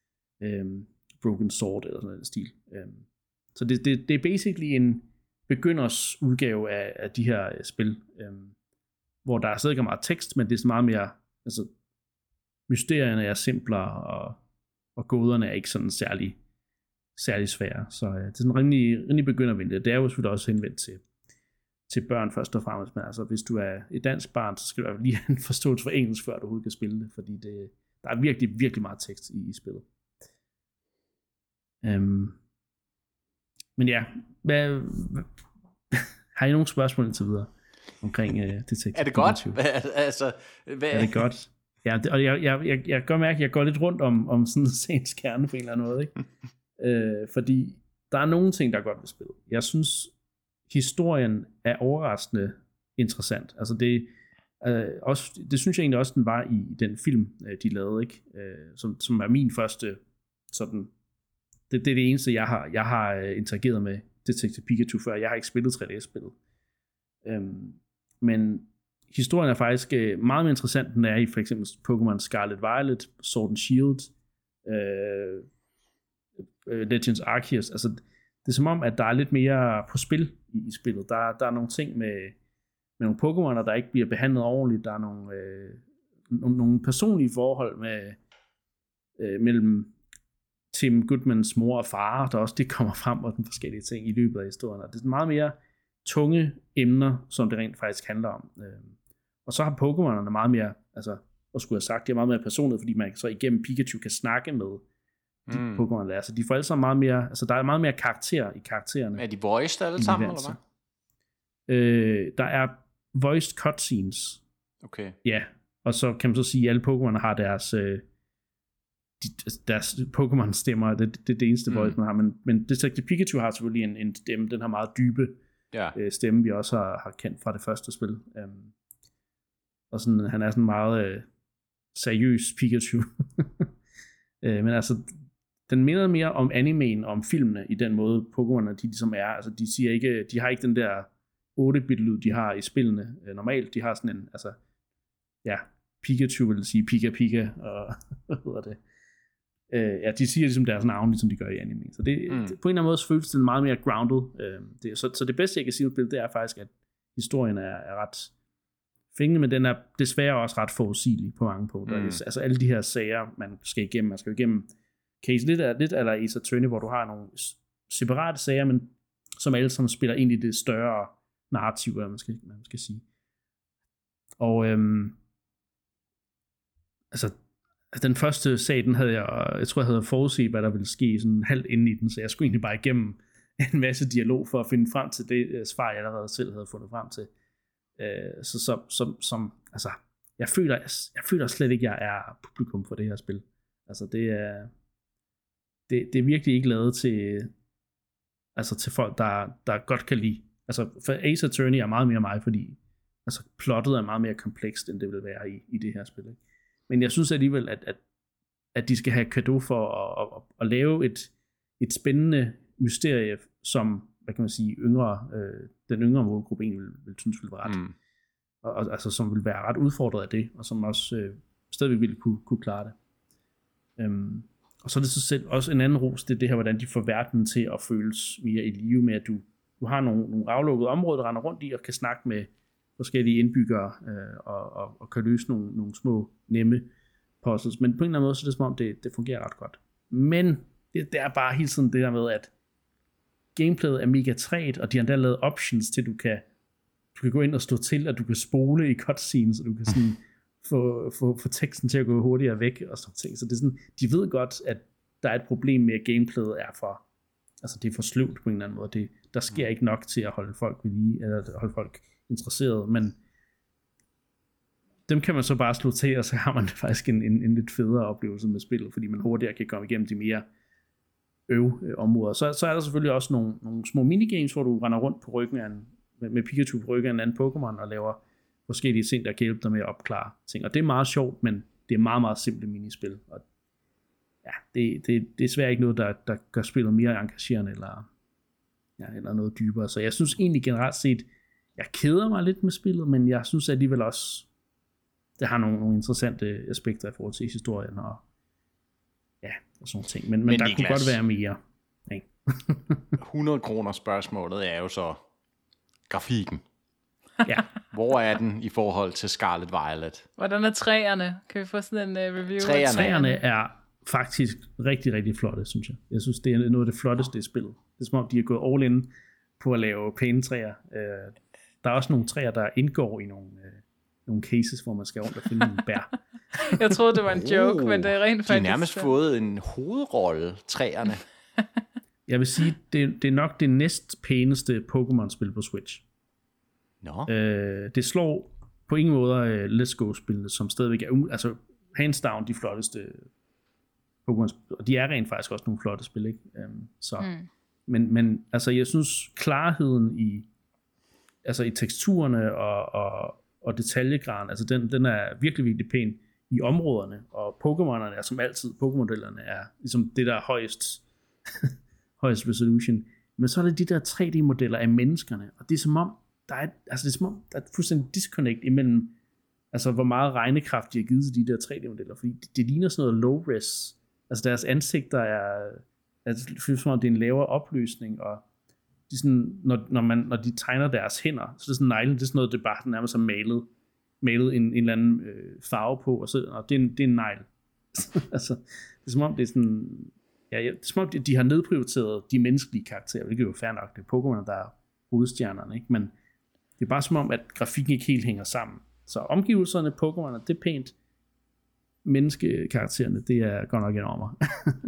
øhm, Broken Sword eller sådan en stil. Øhm, så det, det, det er basically en begynders udgave af, af de her uh, spil, øhm, hvor der er stadig meget tekst, men det er så meget mere, altså mysterierne er simplere, og, og gåderne er ikke sådan særlig, særlig svære. Så uh, det er sådan rimelig, rimelig begyndervenligt. Det er jo selvfølgelig også henvendt til til børn først og fremmest, men altså hvis du er et dansk barn, så skal du lige have en forståelse for engelsk, før du overhovedet kan spille det, fordi det, der er virkelig, virkelig meget tekst i, i spillet. Um, men ja, hvad, hvad, har I nogle spørgsmål indtil videre omkring uh, Detective Er det godt? Hvad, altså, hvad? Er det godt? Ja, det, og jeg, jeg, jeg, jeg kan mærke, at jeg går lidt rundt om, om sådan en sagens kerne på en eller anden måde, ikke? uh, fordi der er nogle ting, der er godt ved spillet. Jeg synes, historien er overraskende interessant. Altså det, øh, også, det synes jeg egentlig også, den var i, i den film, øh, de lavede, ikke? Øh, som, som er min første sådan, det, det er det eneste, jeg har, jeg har interageret med Detective Pikachu før. Jeg har ikke spillet tre D S-spillet. Øhm, men historien er faktisk meget mere interessant, end den er i for eksempel Pokémon Scarlet Violet, Sword and Shield, øh, Legends Arceus. Altså det er som om, at der er lidt mere på spil i, i spillet. Der, der er nogle ting med, med nogle Pokémoner, der ikke bliver behandlet ordentligt. Der er nogle, øh, nogle, nogle personlige forhold med, øh, mellem Tim Goodmans mor og far, der også det kommer frem, og den forskellige ting i løbet af historien. Og det er meget mere tunge emner, som det rent faktisk handler om. Øh, og så har Pokémonerne meget mere, altså, og skulle have sagt, det er meget mere personligt, fordi man så igennem Pikachu kan snakke med de mm. Pokémon der. Så de får alle sammen meget mere, altså der er meget mere karakter i karaktererne. Er de voiced alle sammen, eller hvad? Øh, der er voiced cutscenes. Okay. Ja, og så kan man så sige, at alle Pokémon har deres, øh, de, deres Pokémon stemmer, det, det er det eneste mm. voice, man har, men, men Detective Pikachu har selvfølgelig en, en stemme, den har meget dybe ja. øh, stemme, vi også har, har kendt fra det første spil. Um, og sådan, han er sådan meget øh, seriøs Pikachu. øh, men altså, den minder mere om animeen, om filmene, i den måde Pokémon'erne, de ligesom er. Altså, de siger ikke, de har ikke den der otte-bit lyd, de har i spillene øh, normalt. De har sådan en, altså, ja, Pikachu vil sige Pika Pika, og hvad hedder det? Øh, ja, de siger ligesom deres navn, ligesom de gør i anime. Så det, mm. det på en eller anden måde føles det meget mere grounded. Øh, det, så, så det bedste, jeg kan sige om spillet, det er faktisk, at historien er, er ret fængende, men den er desværre også ret forudsigelig på mange punkter. Mm. Altså alle de her sager, man skal igennem, man skal igennem case lidt af, lidt eller Ace Attorney, hvor du har nogle separate sager, men som alle sammen spiller ind i det større narrativ, hvad man skal, man skal sige. Og øhm, altså den første sag, den havde jeg, jeg tror jeg havde forudset, hvad der ville ske sådan halvt inden i den, så jeg skulle egentlig bare igennem en masse dialog for at finde frem til det svar, jeg allerede selv havde fundet frem til. Øh, så som, som, som altså, jeg føler, jeg, jeg føler slet ikke, jeg er publikum for det her spil. Altså det er det, det er virkelig ikke lavet til altså til folk, der, der godt kan lide. Altså for Ace Attorney er meget mere mig, fordi altså plottet er meget mere komplekst, end det vil være i, i det her spil. Ikke? Men jeg synes alligevel, at, at, at de skal have cadeau for at, at, at lave et, et spændende mysterie, som, hvad kan man sige, yngre, øh, den yngre målgruppe egentlig vil, vil synes vil være ret, mm. og, og, altså som vil være ret udfordret af det, og som også øh, stadigvæk ville kunne, kunne klare det. Um, og så er det så selv også en anden ros, det er det her, hvordan de får verden til at føles mere i live med, at du, du har nogle, nogle aflukkede områder, der render rundt i, og kan snakke med forskellige indbyggere, øh, og, og, og kan løse nogle, nogle små, nemme puzzles. Men på en eller anden måde, så er det som om, det, det fungerer ret godt. Men det, det er bare hele tiden det der med, at gameplayet er mega træt, og de har endda lavet options til, at du kan, du kan gå ind og stå til, at du kan spole i cutscenes, så du kan sådan få, få, få teksten til at gå hurtigere væk, og sådan ting. Så det er sådan, de ved godt, at der er et problem med, at gameplayet er for, altså det er for sløvt på en eller anden måde. Det, der sker ikke nok til at holde folk ved lige, eller holde folk interesseret, men dem kan man så bare slå til, og så har man faktisk en, en, en lidt federe oplevelse med spillet, fordi man hurtigere kan komme igennem de mere øv øh, områder. Så, så er der selvfølgelig også nogle, nogle små minigames, hvor du render rundt på ryggen af en, med, med Pikachu på ryggen af en anden Pokémon, og laver forskellige ting, der kan hjælpe dig med at opklare ting. Og det er meget sjovt, men det er meget, meget simple minispil. Og ja, det, det, det er svært ikke noget, der, der gør spillet mere engagerende, eller, ja, eller noget dybere. Så jeg synes egentlig generelt set, jeg keder mig lidt med spillet, men jeg synes alligevel også, det har nogle, nogle interessante aspekter i forhold til historien, og ja, og sådan ting. Men, men, men der Niklas, kunne godt være mere. Ikke? hundrede kroner spørgsmålet er jo så grafikken. Ja. Hvor er den i forhold til Scarlet Violet? Hvordan er træerne? Kan vi få sådan en uh, review? Træerne. træerne er faktisk rigtig, rigtig flotte, synes jeg. Jeg synes, det er noget af det flotteste i spillet. Det er som om, de er gået all in på at lave pæne træer. Der er også nogle træer, der indgår i nogle, nogle cases, hvor man skal rundt og finde en bær. Jeg troede, det var en joke, oh, men det er rent faktisk... De har nærmest fået en hovedrolle, træerne. Jeg vil sige, det, det er nok det næst pæneste Pokémon-spil på Switch. No. Øh, det slår på ingen måde uh, Let's Go-spillene, som stadigvæk er, altså hands down de flotteste Pokémon-spil, og de er rent faktisk også nogle flotte spil, ikke? Um, så. Mm. Men, men altså, jeg synes, klarheden i, altså i teksturerne og, og, og detaljegraden, altså den, den er virkelig, virkelig pæn i områderne, og Pokémonerne er som altid, Pokémon-modellerne er ligesom det, der er højst, højst resolution. Men så er det de der tre D-modeller af menneskerne, og det er som om, der er, altså det er som om, der er fuldstændig disconnect imellem, altså hvor meget regnekraft de har givet til de der tre D-modeller, fordi det, det ligner sådan noget low-res, altså deres ansigter er, altså det føles som om det er en lavere opløsning, og de sådan, når, når, man, når de tegner deres hænder, så er det sådan neglen, det er sådan noget, det bare nærmest er malet, malet en, en eller anden øh, farve på, og, så, og det, er en, det er en negl. Altså, det er som om, det er sådan, ja, det er som om, de, de har nedprioriteret de menneskelige karakterer, hvilket er jo fair nok, det er Pokémon, der er hovedstjernerne, ikke? Men det er bare som om, at grafikken ikke helt hænger sammen. Så omgivelserne, Pokémon'erne, det er pænt. Menneskekaraktererne, det er godt nok enormer.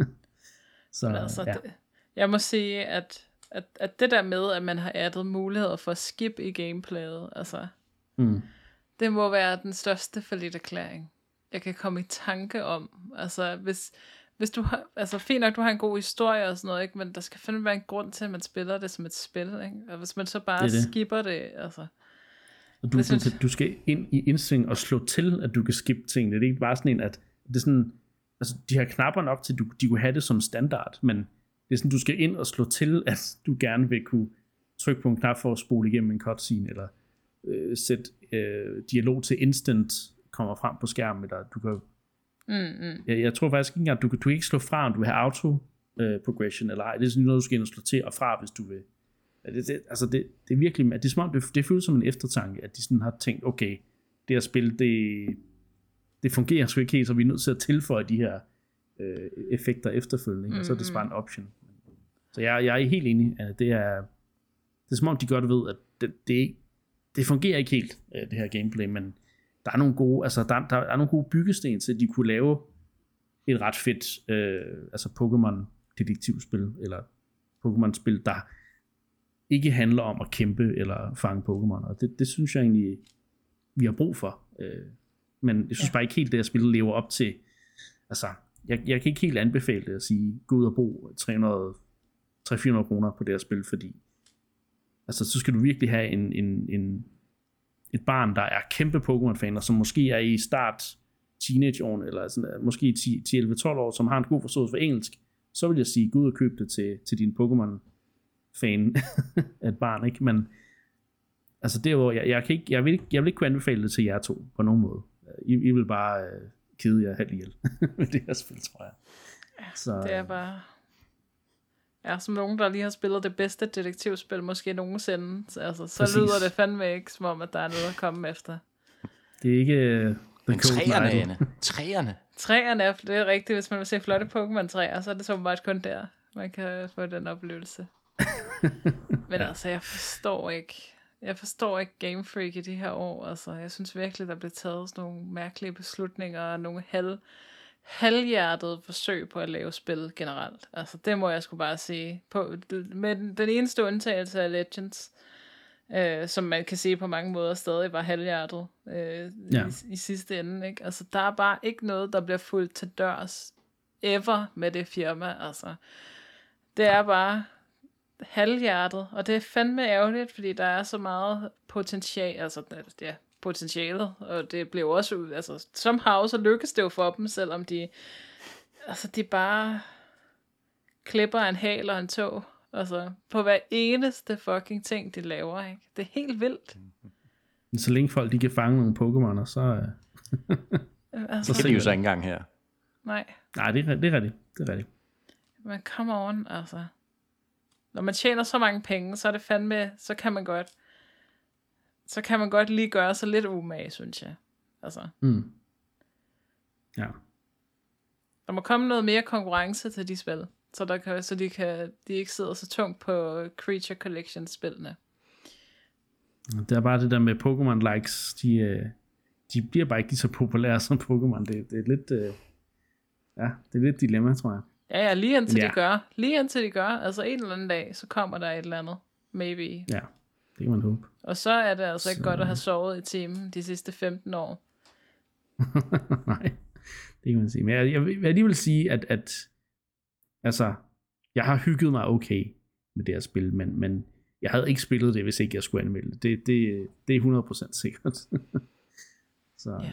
Så, altså, ja. det, jeg må sige, at, at, at det der med, at man har addet muligheder for at skip i gameplayet, altså, mm. det må være den største falliterklæring, jeg kan komme i tanke om. Altså, hvis, hvis du har, altså fint nok, du har en god historie og sådan noget, ikke? Men der skal fandme være en grund til, at man spiller det som et spil, ikke? Og hvis man så bare det det. skipper det, altså... Og du, du, synes... du skal ind i indstilling og slå til, at du kan skippe tingene. Det er ikke bare sådan en, at det er sådan, altså de har knapper nok til, at du, de kunne have det som standard, men det er sådan, du skal ind og slå til, at du gerne vil kunne trykke på en knap for at spole igennem en cutscene, eller øh, sætte øh, dialog til instant kommer frem på skærmen, eller du kan Mm, mm. Jeg, jeg tror faktisk ikke engang, at du, du kan ikke slå fra, om du har auto øh, progression eller ej. Det er sådan noget, du skal ind og slå til og fra, hvis du vil. Det, det, altså det, det er virkelig, det er som om, det, det føles som en eftertanke, at de sådan har tænkt, okay, det her spil, det, det fungerer sgu ikke helt, så vi er nødt til at tilføje de her øh, effekter efterfølgende, mm, og så er det bare en option. Så jeg, jeg er helt enig, at det er, det er som om, de godt ved, at det, det, det fungerer ikke helt, det her gameplay, men der er nogle gode, altså der, der er nogle gode byggesten til, at de kunne lave et ret fedt øh, altså Pokémon detektivspil, eller Pokémon-spil, der ikke handler om at kæmpe eller fange Pokémon, og det, det synes jeg egentlig, vi har brug for. Øh, men jeg synes ja. bare ikke helt, det her spil lever op til, altså, jeg, jeg kan ikke helt anbefale det at sige, gå ud og brug tre hundrede til fire hundrede kroner på det her spil, fordi altså, så skal du virkelig have en, en, en et barn, der er kæmpe Pokémon-fan, og som måske er i start teenageårene, eller sådan, måske ti elleve tolv år, som har en god forståelse for engelsk, så vil jeg sige, gå ud og køb det til, til din Pokémon-fan af et barn, ikke? Men altså derudover, jeg, jeg, kan ikke, jeg, vil ikke, jeg vil ikke kunne anbefale det til jer to på nogen måde. I, I vil bare øh, kede jer halvt ihjel med det her spil, tror jeg. Så, det er bare... Ja, som nogen, der lige har spillet det bedste detektivspil måske nogensinde. Så, altså, så lyder det fandme ikke, som om, at der er noget at komme efter. Det er ikke... Uh, Men træerne, Anne. Træerne. Træerne, er, det er rigtigt. Hvis man vil se flotte Pokémon-træer, så er det så bare kun der, man kan få den oplevelse. Men ja. altså, jeg forstår ikke... Jeg forstår ikke Game Freak i de her år. Altså, jeg synes virkelig, der bliver taget sådan nogle mærkelige beslutninger, og nogle halv... halvhjertede forsøg på at lave spil generelt. Altså, det må jeg sgu bare sige. På, med den, den eneste undtagelse af Legends, øh, som man kan sige på mange måder stadig var halvhjertet øh, ja. i, i sidste ende. Ikke? Altså, der er bare ikke noget, der bliver fuldt til dørs ever med det firma. Altså, det er bare halvhjertet, og det er fandme ærgerligt, fordi der er så meget potentiale, altså, ja, potentialet, og det blev også, altså, somehow så lykkes det jo for dem, selvom de, altså, de bare klipper en hal og en tog, altså, på hver eneste fucking ting, de laver, ikke? Det er helt vildt. Så længe folk, de kan fange nogle Pokémoner, så... altså, så det er jo så ikke engang her. Nej. Nej, det er, det er rigtigt, det er rigtigt. Men come on, altså. Når man tjener så mange penge, så er det fandme, så kan man godt, så kan man godt lige gøre sig lidt umage, synes jeg. Altså. Mm. Ja. Der må komme noget mere konkurrence til de spil, så, der kan, så de, kan, de ikke sidder så tungt på Creature Collection-spillene. Det er bare det der med Pokémon-likes, de, de bliver bare ikke lige så populære som Pokémon. Det, det er lidt, ja, det er lidt dilemma, tror jeg. Ja, ja, lige indtil ja. de gør. Lige indtil de gør. Altså en eller anden dag, så kommer der et eller andet. Maybe. Ja, det kan man håbe. Og så er det altså så... ikke godt at have sovet i timen de sidste femten år. Nej, det kan man sige. Men jeg, jeg vil alligevel sige, at, at altså, jeg har hygget mig okay med det her spil, men, men jeg havde ikke spillet det, hvis ikke jeg skulle anmelde det. Det, det, det er hundrede procent sikkert. Så... Ja.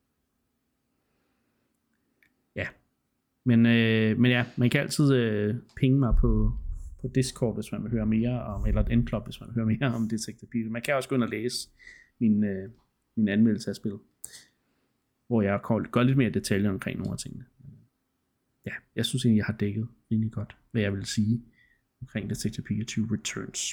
Ja. Men, øh, men ja, man kan altid øh, pinge mig på, på Discord, hvis man vil høre mere om, eller et N-Club, hvis man vil høre mere om Detective Pikachu. Man kan også gå ind og læse min, øh, min anmeldelse af spil, hvor jeg går lidt mere detaljer omkring nogle af tingene. Ja, jeg synes egentlig, jeg har dækket rimelig godt, hvad jeg vil sige omkring Detective Pikachu Returns.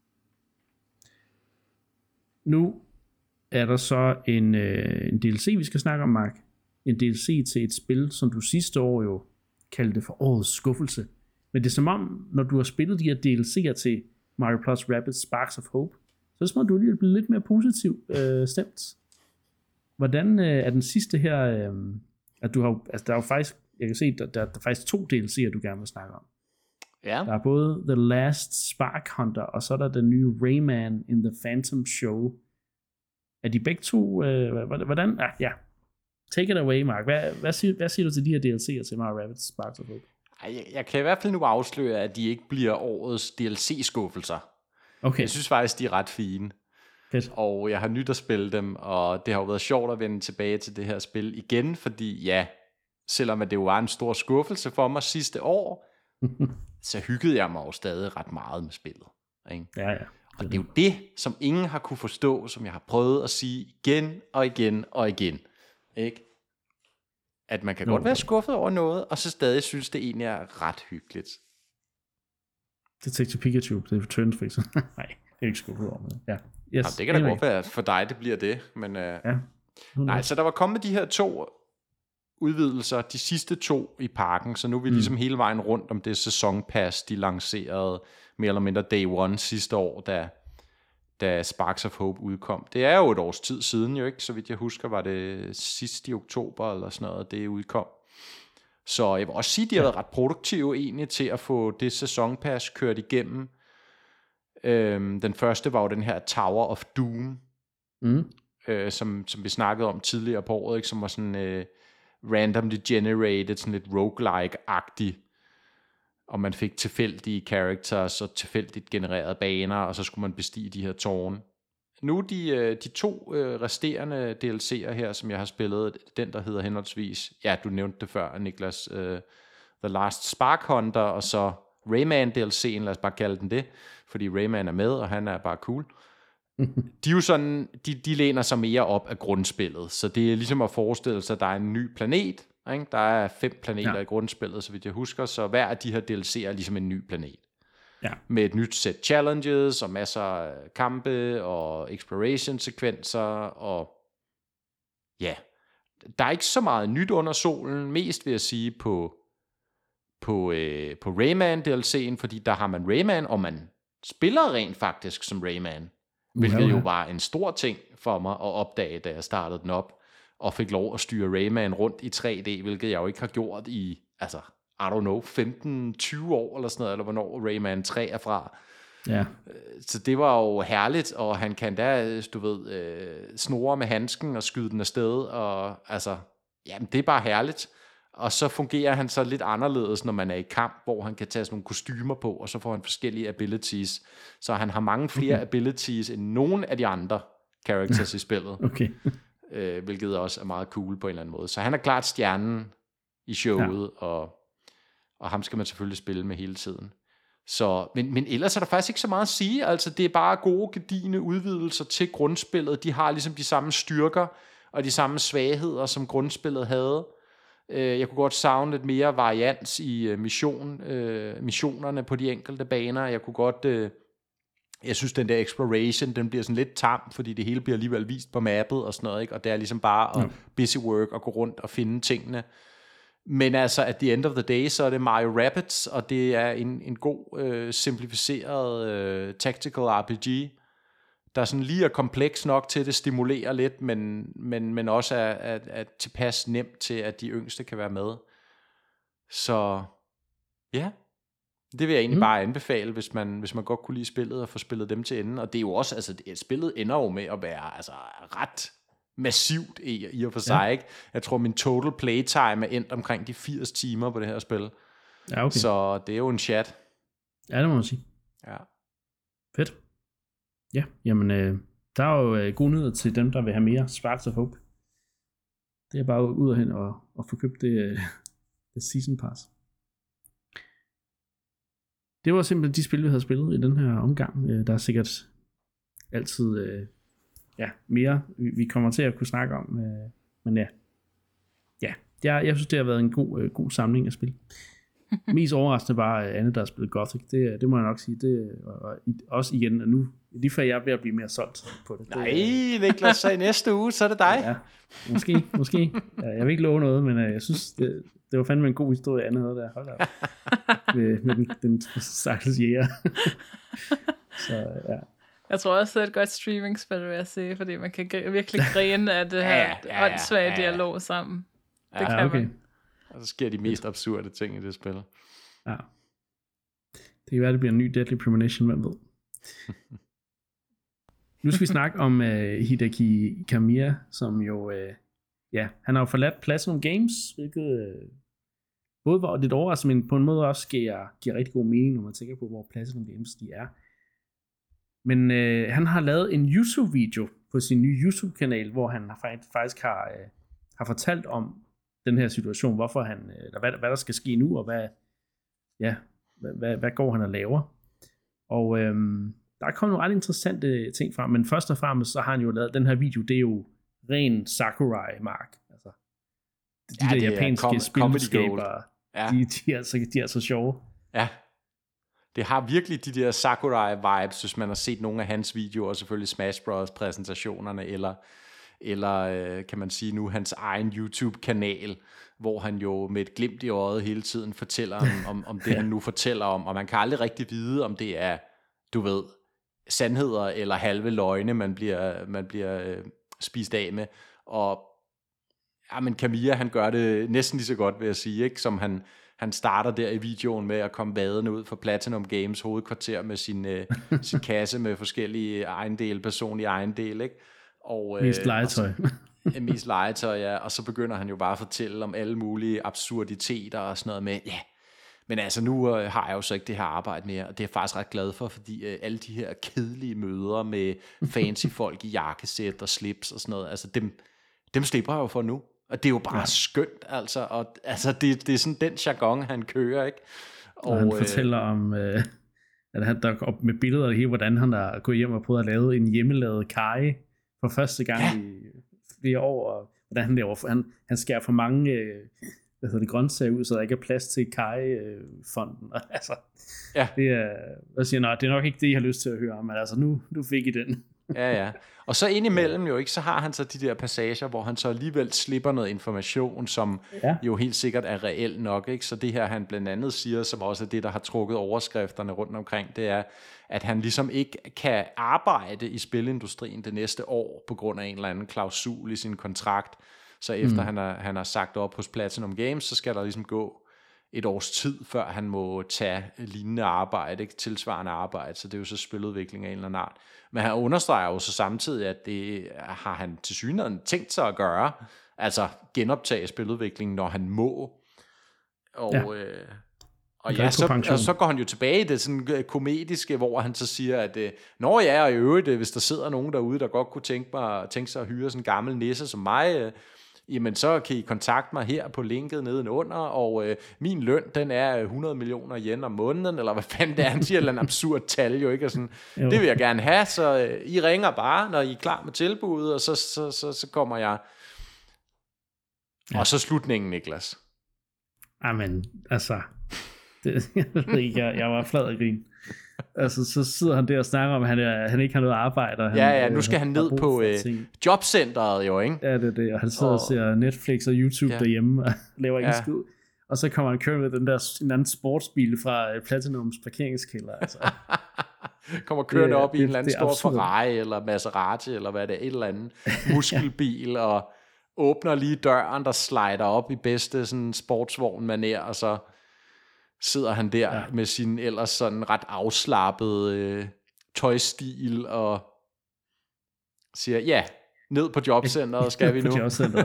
Nu er der så en, øh, en D L C, vi skal snakke om, Mark. En D L C til et spil, som du sidste år jo kaldte for årets skuffelse. Men det er som om, når du har spillet de her D L C'er til Mario Plus Rabbids Sparks of Hope, så er det som om, du er blevet lidt mere positiv øh, stemt. Hvordan øh, er den sidste her, øh, at du har, altså der er jo faktisk, jeg kan se, der, der, der er faktisk to D L C'er, du gerne vil snakke om. Ja. Der er både The Last Spark Hunter, og så er der den nye Rayman in the Phantom Show. Er de begge to, øh, hvordan, ah, ja, take it away, Mark. Hvad, hvad, siger, hvad siger du til de her D L C'er til Mario Rabbids Sparks of Hope? Jeg, jeg kan i hvert fald nu afsløre, at de ikke bliver årets D L C-skuffelser. Okay. Jeg synes faktisk, de er ret fine. Fedt. Og jeg har nyt at spille dem, og det har jo været sjovt at vende tilbage til det her spil igen, fordi ja, selvom det jo var en stor skuffelse for mig sidste år, så hyggede jeg mig jo stadig ret meget med spillet. Ikke? Ja, ja. Og det er jo det, som ingen har kunne forstå, som jeg har prøvet at sige igen og igen og igen. Ikke? At man kan Nå, godt være skuffet over noget, og så stadig synes, det egentlig er ret hyggeligt. Detective Pikachu, det er Returns for eksempel. Nej, det er ikke skuffet over noget. Ja. Yes. Jamen, det kan da godt være, for dig det bliver det. Men, uh... ja. Nej, så der var kommet de her to udvidelser, de sidste to i parken, så nu er vi mm. ligesom hele vejen rundt om det sæsonpass, de lancerede mere eller mindre day one sidste år, da, da Sparks of Hope udkom. Det er jo et års tid siden jo ikke, så vidt jeg husker, var det sidst i oktober eller sådan noget, det udkom. Så jeg vil også sige, at de har været ret produktive egentlig til at få det sæsonpass kørt igennem. Øhm, den første var jo den her Tower of Doom, mm. øh, som, som vi snakkede om tidligere på året, ikke? Som var sådan øh, randomly generated, sådan lidt roguelike-agtig, og man fik tilfældige characters og tilfældigt genererede baner, og så skulle man bestige de her tårne. nu de, de to øh, resterende D L C'er her, som jeg har spillet, den der hedder henholdsvis, ja, du nævnte det før, Niklas, øh, The Last Spark Hunter, og så Rayman D L C'en, lad os bare kalde den det, fordi Rayman er med, og han er bare cool. De er jo sådan, de, de læner sig mere op af grundspillet, så det er ligesom at forestille sig, at der er en ny planet, ikke? Der er fem planeter ja. i grundspillet, så vidt jeg husker, så hver af de her D L C'er er ligesom en ny planet. Ja. Med et nyt sæt challenges, og masser af kampe, og exploration-sekvenser, og ja, der er ikke så meget nyt under solen, mest vil jeg sige på, på, øh, på Rayman D L C'en, fordi der har man Rayman, og man spiller rent faktisk som Rayman, hvilket jo var en stor ting for mig at opdage, da jeg startede den op, og fik lov at styre Rayman rundt i tre D, hvilket jeg jo ikke har gjort i, altså, I don't know, femten tyve år eller sådan noget, eller hvornår Rayman tre er fra. Ja. Så det var jo herligt, og han kan da, du ved, snore med handsken og skyde den afsted, og altså, jamen det er bare herligt. Og så fungerer han så lidt anderledes, når man er i kamp, hvor han kan tage sådan nogle kostymer på, og så får han forskellige abilities. Så han har mange flere okay. abilities end nogen af de andre characters i spillet. Okay. øh, hvilket også er meget cool på en eller anden måde. Så han er klart stjernen i showet, ja. og, og ham skal man selvfølgelig spille med hele tiden. Så, men, men ellers er der faktisk ikke så meget at sige. Altså, det er bare gode, gedigne udvidelser til grundspillet. De har ligesom de samme styrker og de samme svagheder, som grundspillet havde. Jeg kunne godt savne lidt mere varians i mission, øh, missionerne på de enkelte baner. Jeg kunne godt, øh, jeg synes den der exploration, den bliver sådan lidt tam, fordi det hele bliver alligevel vist på mappet og sådan noget, ikke? Og det er ligesom bare at busy work og gå rundt og finde tingene. Men altså, at the end of the day, så er det Mario Rabbids, og det er en, en god, øh, simplificeret øh, tactical R P G, der sådan lige er kompleks nok til, at det stimulerer lidt, men, men, men også er, er, er tilpas nemt til, at de yngste kan være med. Så ja, det vil jeg egentlig mm. bare anbefale, hvis man, hvis man godt kunne lide spillet og få spillet dem til enden. Og det er jo også, altså det, spillet ender jo med at være altså, ret massivt i, i og for sig. Ja. Ikke? Jeg tror, min total playtime er endt omkring de firs timer på det her spil. Ja, okay. Så det er jo en chat. Ja, det må man sige. Ja. Fedt. Ja, jamen, øh, der er jo øh, gode nyheder til dem, der vil have mere Sparks of Hope. Det er bare ud og hen og, og få købt det, øh, det Season Pass. Det var simpelthen de spil, vi havde spillet i den her omgang. Øh, der er sikkert altid øh, ja, mere, vi, vi kommer til at kunne snakke om. Øh, men ja, ja jeg, jeg synes, det har været en god, øh, god samling af spil. Mest overraskende var Anne, der har spillet Gothic. Det, det må jeg nok sige. Det, og, og også igen, nu lige før jeg er ved at blive mere solgt på det. Nej, Niklas, så i næste uge, så er det dig. Ja, måske, måske. Ja, jeg vil ikke love noget, men uh, jeg synes, det, det var fandme en god historie, Anne havde der. Hold da op. med, med den, den stakkels jæger. Så ja. Jeg tror også, det er et godt streaming-spil, vil jeg sige, fordi man kan virkelig grine af det her ja, ja, ja, åndssvage ja, ja. dialog sammen. Det ja, kan okay. man. Og så sker de mest absurde ting i det spil. Ja. Det kan være, det bliver en ny Deadly Premonition, hvem ved. Nu skal vi snakke om uh, Hideki Kamiya, som jo, uh, ja, han har jo forladt Platinum Games, hvilket uh, både var lidt overraskende, men på en måde også giver, giver rigtig god mening, når man tænker på, hvor Platinum Games de er. Men uh, han har lavet en YouTube-video på sin nye YouTube-kanal, hvor han faktisk har, uh, har fortalt om den her situation, hvorfor han, eller hvad, hvad der skal ske nu, og hvad, ja, hvad, hvad, hvad går han og laver. Og øhm, der er kommet nogle ret interessante ting frem, men først og fremmest så har han jo lavet den her video, det er jo ren Sakurai-mark. Altså, de ja, der japanske com- spilskaber, ja. de, de, er altså, de er altså sjove. Ja, det har virkelig de der Sakurai-vibes, hvis man har set nogle af hans videoer, og selvfølgelig Smash Bros. Præsentationerne, eller eller kan man sige nu hans egen YouTube-kanal, hvor han jo med et glimt i øjet hele tiden fortæller om, om, om det, ja. han nu fortæller om, og man kan aldrig rigtig vide, om det er, du ved, sandheder eller halve løgne, man bliver, man bliver øh, spist af med, og ja, men Kamiya, han gør det næsten lige så godt, vil jeg sige, ikke? Som han, han starter der i videoen med at komme vadende ud fra Platinum Games hovedkvarter med sin, øh, sin kasse med forskellige ejendele, personlige ejendele, ikke? Og, mest øh, legetøj. Og så, mest legetøj, ja. Og så begynder han jo bare at fortælle om alle mulige absurditeter og sådan noget med, ja, Men altså, nu øh, har jeg jo så ikke det her arbejde mere, og det er jeg faktisk ret glad for, fordi øh, alle de her kedelige møder med fancy folk i jakkesæt og slips og sådan noget, altså dem, dem slipper jeg jo for nu. Og det er jo bare ja. skønt, altså. Og, altså det, det er sådan den jargon, han kører, ikke? Og, og han øh, fortæller om, øh, at han der går op med billeder af det hele, hvordan han har gået hjem og prøvet at lave en hjemmelavet karry for første gang ja. i flere år, og hvordan han laver, han, han skærer for mange øh, hvad hedder det, grøntsager ud, så der ikke er plads til karry-fonden. Øh, altså, ja. det er, jeg siger, nej, det er nok ikke det, I har lyst til at høre, men altså, nu, nu fik I den. Ja, ja. Og så indimellem jo ikke, så har han så de der passager, hvor han så alligevel slipper noget information, som ja. jo helt sikkert er reelt nok, ikke? Så det her, han blandt andet siger, som også er det, der har trukket overskrifterne rundt omkring, det er, at han ligesom ikke kan arbejde i spilindustrien det næste år, på grund af en eller anden klausul i sin kontrakt. Så efter mm. han, har, han har sagt op hos Platinum Games, så skal der ligesom gå et års tid, før han må tage lignende arbejde, ikke? Tilsvarende arbejde, så det er jo så spiludvikling af en eller anden art. Men han understreger jo så samtidig, at det har han til synligheden tænkt sig at gøre, altså genoptage spiludviklingen, når han må. Og, ja, øh, og ja, så, og så går han jo tilbage i det sådan komediske, hvor han så siger, at øh, når jeg er i øvrigt, hvis der sidder nogen derude, der godt kunne tænke, mig, tænke sig at hyre sådan en gammel nisse som mig, øh, jamen så kan I kontakte mig her på linket nedenunder, og øh, min løn, den er hundrede millioner yen om måneden, eller hvad fanden det er, han siger, eller en absurd tal jo, ikke? Og sådan, det vil jeg gerne have, så øh, I ringer bare, når I er klar med tilbuddet, og så, så, så, så kommer jeg. Ja. Og så slutningen, Niklas. Amen, altså, det, jeg ved ikke, jeg, jeg var flad af grin. Altså, så sidder han der og snakker om, at han, er, han ikke har noget arbejde. Og han, ja, ja, nu skal øh, han ned på øh, jobcenteret jo, ikke? Ja, det er det, og han sidder og, og ser Netflix og YouTube ja. derhjemme og laver ja. en skid. Og så kommer han køre med den der en anden sportsbil fra Platinums parkeringskælder. Altså. kommer kørende op det, i en eller anden stor absurd. Ferrari eller Maserati, eller hvad det er, et eller andet muskelbil, ja. og åbner lige døren, der slider op i bedste sådan sportsvogn-manér, og så sidder han der ja. med sin ellers sådan ret afslappede øh, tøjstil og siger, ja, ned på jobcenteret skal vi nu.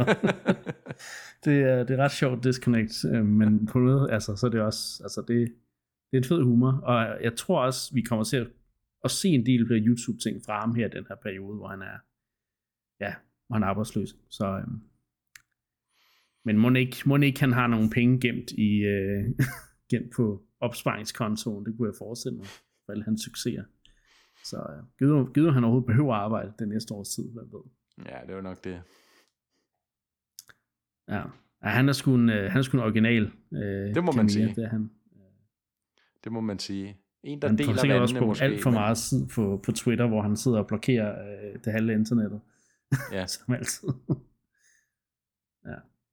det, er, det er ret sjovt disconnect, men på noget, altså, så er det også, altså det, det er en fed humor, og jeg tror også, vi kommer til at, at se en del af YouTube-ting fra ham her i den her periode, hvor han er, ja, hvor han er arbejdsløs. Så, øhm, men må ikke, må ikke han har nogle penge gemt i... Øh, gemt på opsparingskontoen, det kunne jeg forestille mig, for alle hans succeser. Så uh, givet han overhovedet behøver at arbejde den næste års tid, hvad ved. Ja, det er jo nok det. Ja, ja han er sgu en, uh, han er sgu en original. Uh, det må man sige. Det, er han. Det må man sige. En, der han deler vandene også på måske. alt for meget tid på, på Twitter, hvor han sidder og blokerer uh, det halve internettet. Ja. Som altid. Ja.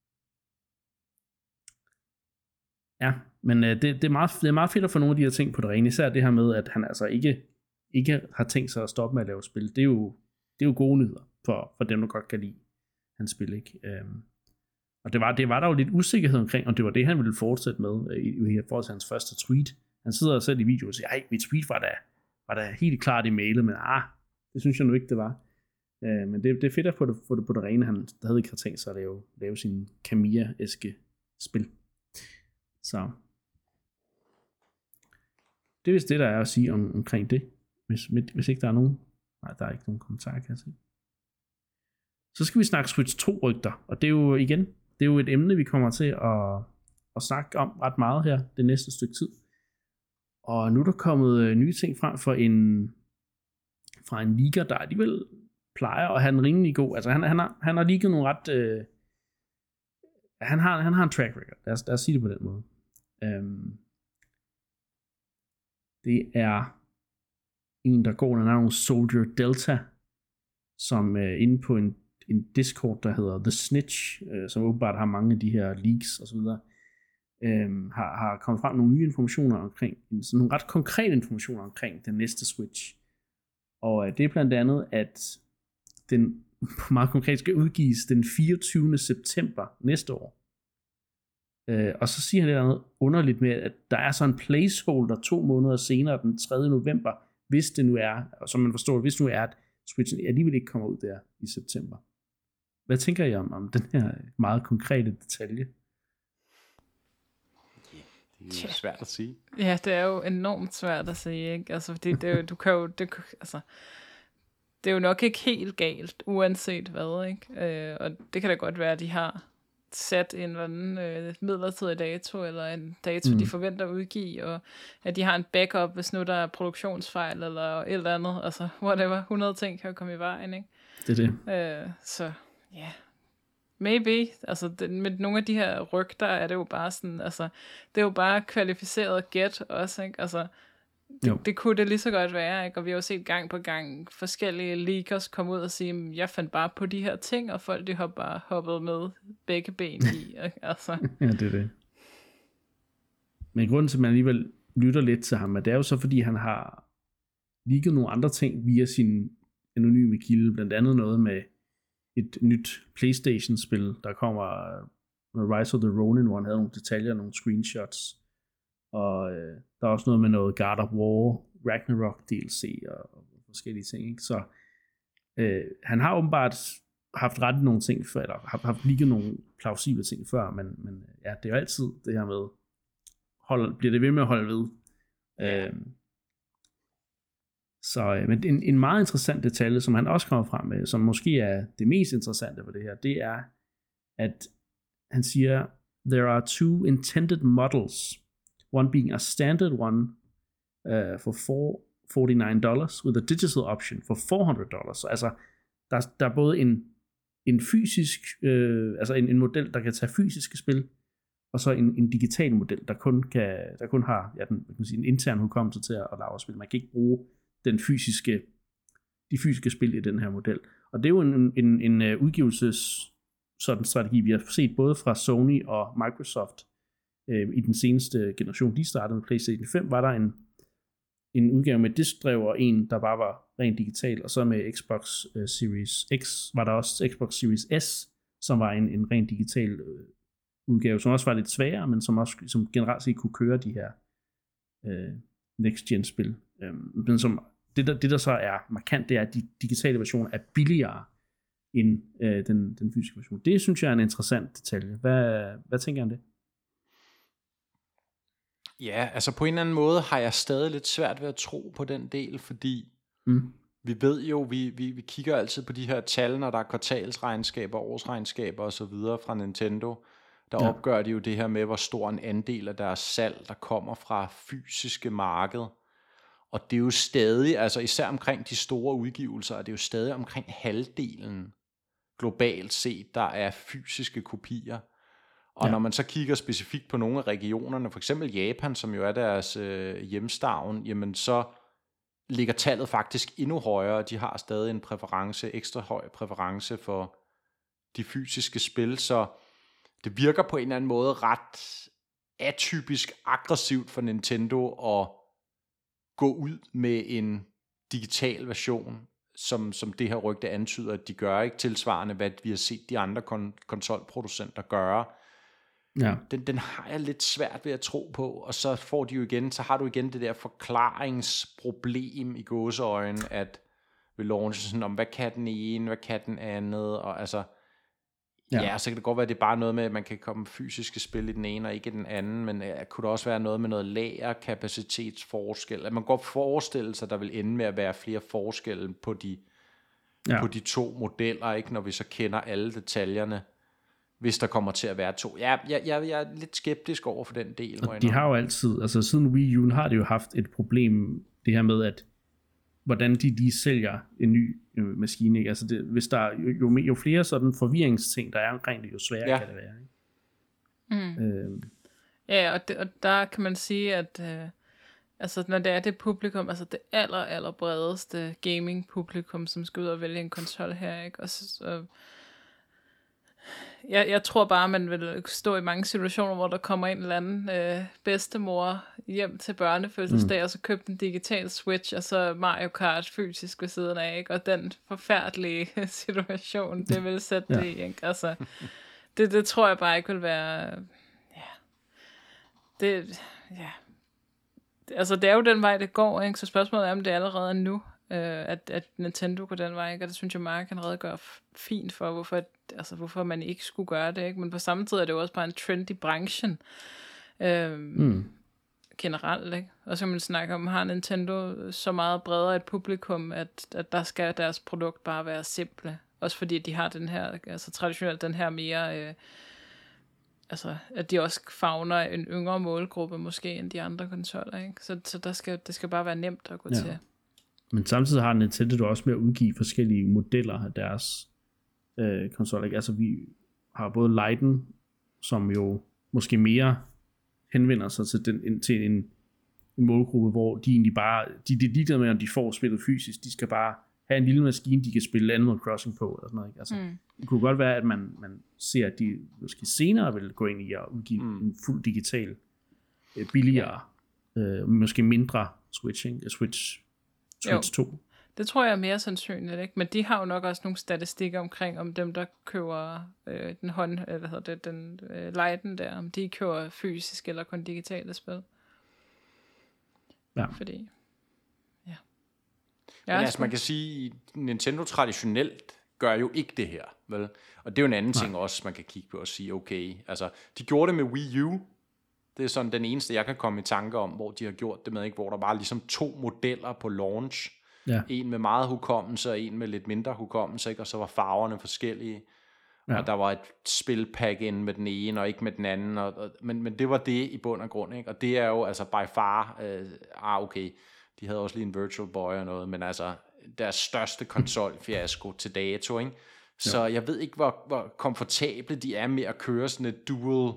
Ja, men øh, det, det, er meget, det er meget fedt at få nogle af de her ting på det rene, især det her med, at han altså ikke, ikke har tænkt sig at stoppe med at lave spil. Det er jo, det er jo gode nyheder for, for dem, der godt kan lide hans spil, ikke? Øhm, og det var, det var der jo lidt usikkerhed omkring, og det var det, han ville fortsætte med øh, i, i forhold til hans første tweet. Han sidder selv i videoen og siger, ej, mit tweet var da, var da helt klart i mailet, men ah, det synes jeg nu ikke, det var. Øh, men det, det er fedt at få det, få det på det rene, han havde ikke tænkt sig at lave, lave sin Kamiya-eske spil. Så det er vist det, der er at sige om, omkring det. Hvis, hvis ikke der er nogen. Nej, der er ikke nogen kommentarer, kan jeg se. Så skal vi snakke Switch to rygter. Og det er jo igen, det er jo et emne, vi kommer til at, at snakke om ret meget her det næste stykke tid. Og nu er der kommet nye ting frem for en, fra en liga, der alligevel plejer at have en rimelig god. Altså han, han, har, han har ligget nogle ret... Øh, han, har, han har en track record. Lad os, lad os sige det på den måde. Um, det er en, der går under navnet Soldier Delta, som er inde på en, en Discord, der hedder The Snitch, uh, som åbenbart har mange af de her leaks og så videre, um, har, har kommet frem nogle nye informationer omkring, sådan nogle ret konkrete informationer omkring den næste Switch. Og uh, det er blandt andet, at den meget konkret skal udgives den fireogtyvende september næste år. Uh, og så siger han det andet underligt med, at der er så en placeholder to måneder senere, den tredje november, hvis det nu er, og som man forstår, hvis nu er, at Switchen alligevel ikke kommer ud der i september. Hvad tænker I om, om den her meget konkrete detalje? Ja, Det er svært at sige. Ja, det er jo enormt svært at sige, ikke? Altså, fordi det er jo, du kan jo, det, altså, det er jo nok ikke helt galt, uanset hvad, ikke? Øh, og det kan da godt være, at de har sat en eller anden øh, midlertidig dato, eller en dato, mm. de forventer at udgive, og at de har en backup, hvis nu der er produktionsfejl, eller et eller andet, altså whatever, hundrede ting kan jo komme i vejen, ikke? Det er det. Øh, så, ja, yeah. Maybe, altså det, med nogle af de her rygter, er det jo bare sådan, altså, det er jo bare kvalificeret gæt også, ikke? Altså, det, det kunne det lige så godt være, ikke? Og vi har jo set gang på gang forskellige leakers komme ud og sige, jeg fandt bare på de her ting, og folk de har bare hoppet med begge ben i, ikke? Altså. Ja, det er det. Men grunden til, at man alligevel lytter lidt til ham, det er jo så, fordi han har leaket nogle andre ting via sin anonyme kilde, blandt andet noget med et nyt PlayStation-spil, der kommer med Rise of the Ronin, hvor han havde nogle detaljer, nogle screenshots, og øh, der er også noget med noget God of War, Ragnarok D L C og, og forskellige ting, ikke? Så øh, han har åbenbart haft rettet nogle ting før, eller har haft lige nogle plausible ting før, men, men ja, det er jo altid det her med, hold, bliver det ved med at holde ved. Øh, Så, men en, en meget interessant detalje, som han også kommer frem med, som måske er det mest interessante for det her, det er, at han siger, there are two intended models, one being a standard one uh, for four hundrede og forty-nine dollars, with a digital option for four hundred dollars. Så altså, der, der er både en, en fysisk, øh, altså en, en model, der kan tage fysiske spil, og så en, en digital model, der kun, kan, der kun har ja, den, kan sige, en intern hukommelse til at, at lave spil. Man kan ikke bruge den fysiske, de fysiske spil i den her model. Og det er jo en, en, en udgivelses sådan strategi, vi har set både fra Sony og Microsoft øh, i den seneste generation. De startede med PlayStation fem, var der en, en udgave med diskdrev og en, der bare var rent digital, og så med Xbox uh, Series X var der også Xbox Series S, som var en, en rent digital øh, udgave, som også var lidt sværere, men som også som generelt set kunne køre de her øh, next-gen spil. Øh, men som Det der, det der så er markant, det er, at de digitale versioner er billigere end øh, den, den fysiske version. Det synes jeg er en interessant detalje. Hvad, hvad tænker jeg om det? Ja, altså på en eller anden måde har jeg stadig lidt svært ved at tro på den del, fordi mm. vi ved jo, vi, vi, vi kigger altid på de her tal, når der er kvartalsregnskaber, årsregnskaber osv. fra Nintendo. Der ja. opgør de jo det her med, hvor stor en andel af deres salg, der kommer fra fysiske marked. Og det er jo stadig, altså især omkring de store udgivelser, er det jo stadig omkring halvdelen globalt set, der er fysiske kopier. Og ja. når man så kigger specifikt på nogle af regionerne, for eksempel Japan, som jo er deres øh, hjemstavn, jamen så ligger tallet faktisk endnu højere. De har stadig en præference, ekstra høj præference for de fysiske spil, så det virker på en eller anden måde ret atypisk aggressivt for Nintendo at gå ud med en digital version, som, som det her rygte antyder, at de gør ikke tilsvarende, hvad vi har set de andre kon- konsolproducenter gøre. Ja. Den, den har jeg lidt svært ved at tro på, og så får de jo igen, så har du igen det der forklaringsproblem i gåseøjne, at ved launchen sådan om, hvad kan den ene, hvad kan den andet, og altså, ja, ja så kan det godt være, at det er bare noget med, at man kan komme fysiske spil i den ene, og ikke i den anden, men uh, kunne der også være noget med noget lagerkapacitetsforskel, at man godt forestille sig, at der vil ende med at være flere forskelle på de, ja. på de to modeller, ikke, når vi så kender alle detaljerne, hvis der kommer til at være to. Ja, jeg, jeg, jeg er lidt skeptisk over for den del. Og de har jo altid, altså siden Wii U har de jo haft et problem, det her med, at hvordan de lige sælger en ny øh, maskine, ikke? Altså det, hvis der jo, jo flere sådan forvirringsting, der er omkring det, jo sværere ja. kan det være. Ikke? Mm. Øh. Ja, og, det, og der kan man sige, at øh, altså når det er det publikum, altså det aller, aller bredeste gaming publikum, som skal ud og vælge en konsol her, ikke? Og så, øh, Jeg, jeg tror bare, man vil stå i mange situationer, hvor der kommer en eller anden øh, bedstemor hjem til børnefødselsdag, mm. og så købte en digital Switch, og så Mario Kart fysisk ved siden af, ikke? Og den forfærdelige situation, det vil sætte ja. det i, ikke? Altså, det, det tror jeg bare ikke vil være, ja, det, ja, altså det er jo den vej, det går, ikke? Så spørgsmålet er, om det er allerede nu, At, at Nintendo går den vej, ikke? Og det synes jeg, Mark kan redegøre fint for, hvorfor, altså, hvorfor man ikke skulle gøre det, ikke? Men på samme tid er det jo også bare en trend i branchen, Øhm, mm. Generelt, ikke? Og så kan man snakke om, har Nintendo så meget bredere et publikum, at, at der skal deres produkt bare være simple. Også fordi de har den her, altså traditionelt den her mere, øh, altså at de også favner en yngre målgruppe måske end de andre konsoller, ikke? Så, så der skal, det skal bare være nemt at gå ja. til. Men samtidig har Nintendo også med at udgive forskellige modeller af deres øh, konsoller, ikke? Altså vi har både Lite'en, som jo måske mere henvender sig til, den, til en, en målgruppe, hvor de egentlig bare, de, de er ligeglade med, om de får spillet fysisk, de skal bare have en lille maskine, de kan spille Animal Crossing på, eller sådan noget, ikke? Altså, mm. Det kunne godt være, at man, man ser, at de måske senere vil gå ind i at udgive mm. en fuld digital, øh, billigere, øh, måske mindre Switch, ikke? Switch, Switch to. Det tror jeg er mere sandsynligt, ikke? Men de har jo nok også nogle statistikker omkring, om dem, der køber øh, den hånd, eller hvad hedder det, den øh, Lite'en der, om de køber fysisk eller kun digitale spil. Ja. Fordi, ja. Men altså, man kan sige, Nintendo traditionelt gør jo ikke det her, vel? Og det er jo en anden Nej. ting også, man kan kigge på og sige, okay, altså, de gjorde det med Wii U. Det er sådan den eneste, jeg kan komme i tanke om, hvor de har gjort det med, ikke? Hvor der var ligesom to modeller på launch. Ja. En med meget hukommelse, og en med lidt mindre hukommelse, ikke? Og så var farverne forskellige. Ja. Og der var et spilpack ind med den ene, og ikke med den anden. Og, og, men, men det var det i bund og grund, ikke? Og det er jo altså by far, øh, ah okay, de havde også lige en Virtual Boy og noget, men altså deres største konsolfiasko til dato, ikke? Så ja. jeg ved ikke, hvor, hvor komfortable de er med at køre sådan et dual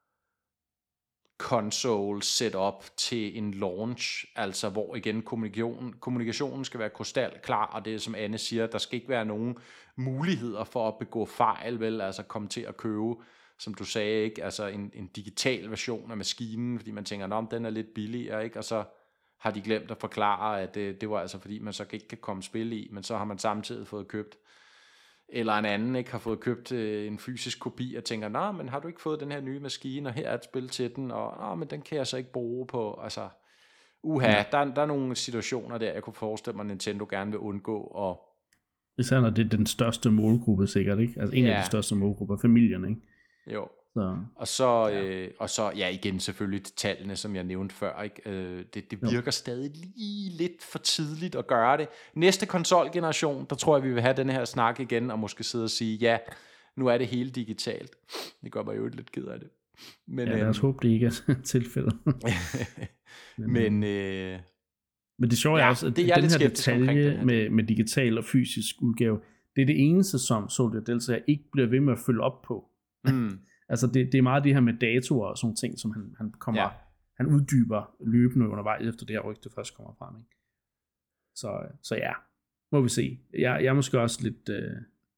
console setup til en launch, altså hvor igen kommunikationen, kommunikationen skal være krystalklar, og det er som Anne siger, der skal ikke være nogen muligheder for at begå fejl, vel, altså komme til at købe, som du sagde, ikke, altså en, en digital version af maskinen, fordi man tænker, nå, den er lidt billigere, ikke, og så har de glemt at forklare, at det, det var altså fordi, man så ikke kan komme spil i, men så har man samtidig fået købt, eller en anden ikke har fået købt øh, en fysisk kopi og tænker, nå, men har du ikke fået den her nye maskine, og her er et spil til den, og nå, men den kan jeg så ikke bruge på, altså, uha, ja. der, der er nogle situationer der, jeg kunne forestille mig, at Nintendo gerne vil undgå, og især når det er den største målgruppe sikkert, ikke? Altså en ja. af de største målgrupper, familien, ikke? Jo. Så. Og så ja. Øh, og så ja igen selvfølgelig tallene, som jeg nævnte før, ikke? Øh, det, det virker jo. stadig lige lidt for tidligt at gøre det. Næste konsolgeneration, der tror jeg vi vil have den her snak igen og måske sidde og sige ja, nu er det hele digitalt. Det gør mig jo lidt ked af det. Men ja, lad os øh, håbe det ikke er tilfældet. men men, øh, men det sjove er ja, også at det, den her detalje den her. Med, med digital og fysisk udgave, det er det eneste som Soldier Delta ikke bliver ved med at følge op på. Mm. Altså det, det er meget det her med datoer og sådan ting, som han, han kommer, ja. han uddyber løbende undervejs efter det her rygte først kommer frem, ikke? Så, så ja, må vi se. Jeg, jeg er måske også lidt, øh...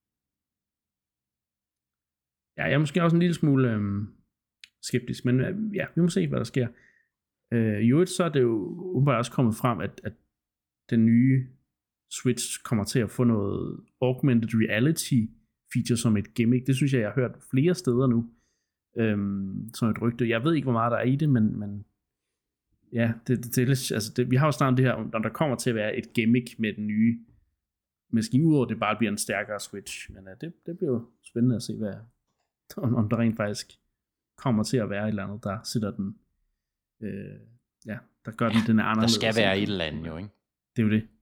ja, jeg er måske også en lille smule øh, skeptisk, men øh, ja, vi må se, hvad der sker. Øh, I øvrigt så er det jo umiddelbart også kommet frem, at, at den nye Switch kommer til at få noget augmented reality feature som et gimmick. Det synes jeg, jeg har hørt flere steder nu, øhm, som et rygte. Jeg ved ikke, hvor meget der er i det, men, men ja, det, det, det, altså det, vi har jo snart det her, om der kommer til at være et gimmick med den nye maskine, udover det bare bliver en stærkere Switch. Men ja, det, det bliver jo spændende at se, hvad, om, om der rent faktisk kommer til at være et eller andet, der sætter den, øh, ja, der gør den, ja, den er anderledes. Der skal være et eller andet jo, ikke? Det er jo det.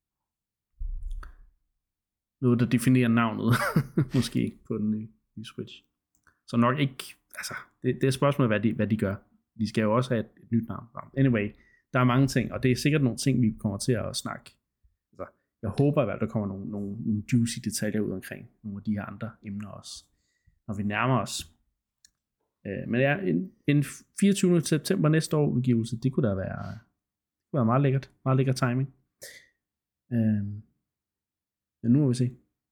Noget, der definerer navnet, måske, på den nye, nye Switch. Så nok ikke, altså, det, det er spørgsmålet, hvad de, hvad de gør. De skal jo også have et, et nyt navn. Anyway, der er mange ting, og det er sikkert nogle ting, vi kommer til at snakke. Altså, jeg håber i hvert fald, der kommer nogle, nogle, nogle juicy detaljer ud omkring nogle af de her andre emner også, når vi nærmer os. Øh, men ja, en, en fireogtyvende september næste år udgivelse, det kunne da være, det kunne være meget lækkert, meget lækker timing. Øh, Men nu må vi se.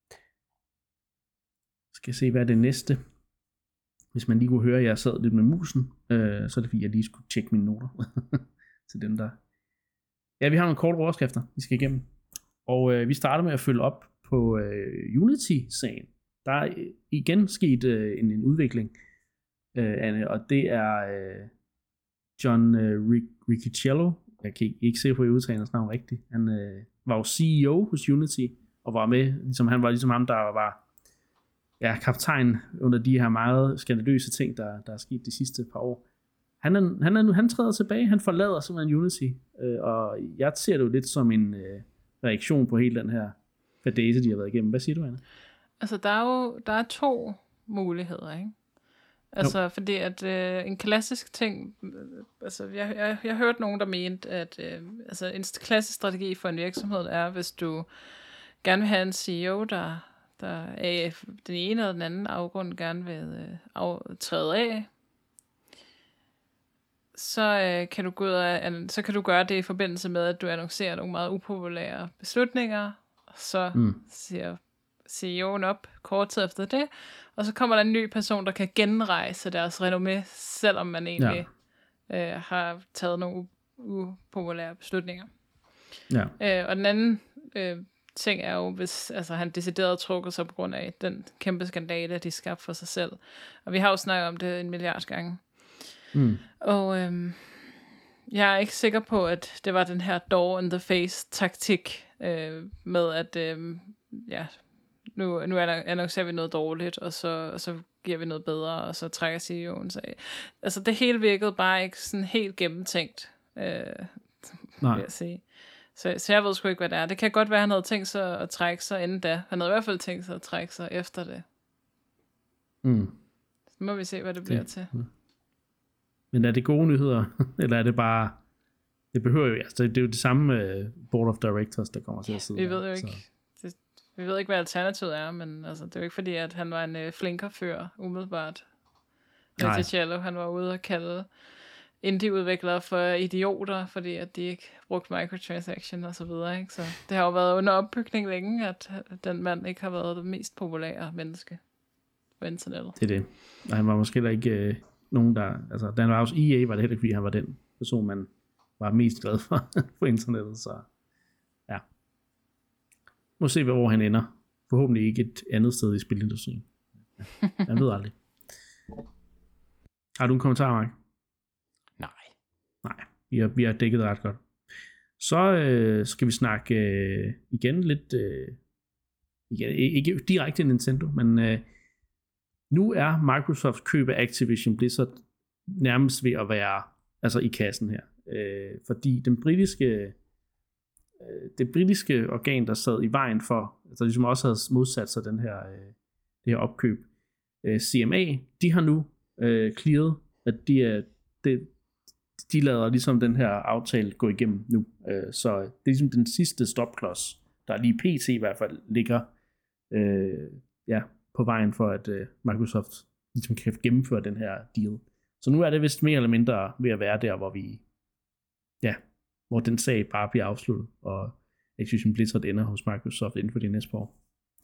Skal jeg se, hvad er det næste. Hvis man lige kunne høre, at jeg sad lidt med musen, øh, så er det fordi, jeg lige skulle tjekke mine noter. til dem, der... Ja, vi har nogle korte overskrifter, vi skal igennem. Og øh, vi starter med at følge op på øh, Unity-sagen. Der er øh, igen sket øh, en, en udvikling, øh, Anne, og det er øh, John øh, Riccicello. Jeg kan ikke, ikke se på, at jeg udtaler hans navn rigtigt. Han øh, var jo C E O hos Unity, og var med, ligesom han var ligesom ham, der var ja, kaptajn under de her meget skandaløse ting, der, der er sket de sidste par år. han, er, han, er, han træder tilbage, han forlader simpelthen Unity, øh, og jeg ser det jo lidt som en øh, reaktion på hele den her fadese, de har været igennem. Hvad siger du, Anna? Altså, der er jo der er to muligheder, ikke? Altså, jo. Fordi at øh, en klassisk ting, øh, altså, jeg, jeg, jeg hørte nogen, der mente, at øh, altså, en klassisk strategi for en virksomhed er, hvis du gerne vil have en C E O, der, der af den ene eller den anden afgrund gerne vil øh, af, træde af, så øh, kan du gå ud og, så kan du gøre det i forbindelse med, at du annoncerer nogle meget upopulære beslutninger, og så mm. siger C E O'en op kort tid efter det, og så kommer der en ny person, der kan genrejse deres renommé, selvom man egentlig ja. øh, har taget nogle upopulære beslutninger. Ja. Øh, og den anden øh, ting er jo, hvis altså, han decideret trukker sig på grund af den kæmpe skandale, de skabte for sig selv. Og vi har jo snakket om det en milliard gange. Mm. Og øhm, jeg er ikke sikker på, at det var den her door in the face taktik øh, med, at øh, ja, nu, nu annoncerer vi noget dårligt, og så, og så giver vi noget bedre, og så trækker C E O'en sig af. Altså det hele virkede bare ikke sådan helt gennemtænkt, øh, vil jeg sige. Så, så jeg ved sgu ikke, hvad det er. Det kan godt være, at han havde tænkt sig at trække sig inden da. Han havde i hvert fald tænkt sig at trække sig efter det. Mm. Så må vi se, hvad det bliver det. til. Men er det gode nyheder, eller er det bare... Det behøver jo... Altså, det er jo det samme uh, board of directors, der kommer til at sidde. Vi ved jo ikke... Det, vi ved ikke, hvad alternativet er, men altså, det er jo ikke fordi, at han var en uh, flinker før, umiddelbart. Monticello, han var ude og kalde indie-udviklere for idioter, fordi at de ikke brugte microtransaction og så videre, ikke? Så det har jo været under opbygning længe, at den mand ikke har været det mest populære menneske på internettet. Det er det. Og han var måske heller ikke øh, nogen, der... Altså, da han var hos E A, var det heller ikke, fordi han var den person, man var mest glad for på internettet, så ja. Må se, hvor han ender. Forhåbentlig ikke et andet sted i spilindustrien. Jeg ved aldrig. Har du en kommentar, Mark? Nej. Nej, vi har, vi har dækket det ret godt. Så øh, skal vi snakke øh, igen lidt, øh, igen, ikke direkte Nintendo, men øh, nu er Microsoft køb af Activision Blizzard nærmest ved at være altså i kassen her. Øh, fordi den britiske, øh, det britiske organ, der sad i vejen for, altså ligesom også havde modsat sig den her, øh, det her opkøb, øh, C M A, de har nu øh, clearet, at de er, det, de lader ligesom den her aftale gå igennem nu. Øh, så det er ligesom den sidste stopklods, der lige P C i hvert fald ligger øh, ja, på vejen for, at øh, Microsoft ligesom kan gennemføre den her deal. Så nu er det vist mere eller mindre ved at være der, hvor vi, ja, hvor den sag bare bliver afsluttet, og Activision Blizzard ender hos Microsoft inden for de næste par år.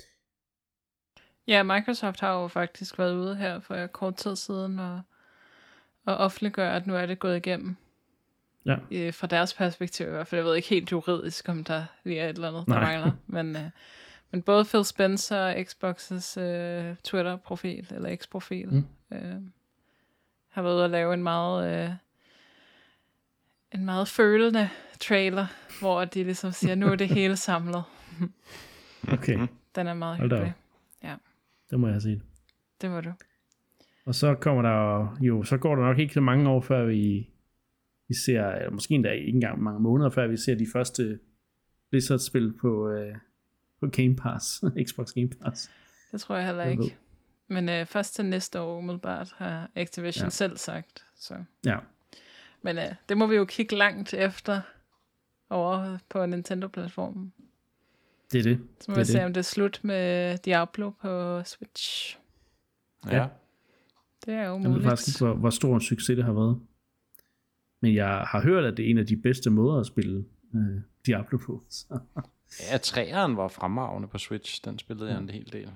Ja, Microsoft har jo faktisk været ude her for kort tid siden, og og offentliggøre, at nu er det gået igennem. Ja. I, fra deres perspektiv i hvert fald. Jeg ved ikke helt juridisk, om der lige er et eller andet, der Nej. mangler. Men, øh, men både Phil Spencer og Xbox's øh, Twitter-profil, eller X-profil, mm. øh, har været ude at lave en meget, øh, en meget følende trailer, hvor de ligesom siger, nu er det hele samlet. Okay. Den er meget hyggelig. Ja. Det må jeg sige. Det må du. Og så kommer der jo, så går der nok ikke så mange år, før vi, vi ser, eller måske endda ikke engang mange måneder, før vi ser de første Blizzard-spil på, øh, på Game Pass, Xbox Game Pass. Det tror jeg heller ikke. Jeg Men øh, først til næste år, umiddelbart, har Activision ja. selv sagt. Så. Ja. Men øh, det må vi jo kigge langt efter over på Nintendo-platformen. Det er det. Så må vi se, det. om det er slut med Diablo på Switch. Ja. ja. Det er jo muligt. Jeg ved faktisk ikke, hvor, hvor stor en succes det har været. Men jeg har hørt, at det er en af de bedste måder at spille øh, Diablo på. Så. Ja, træeren var fremragende på Switch. Den spillede ja. jeg en hel del.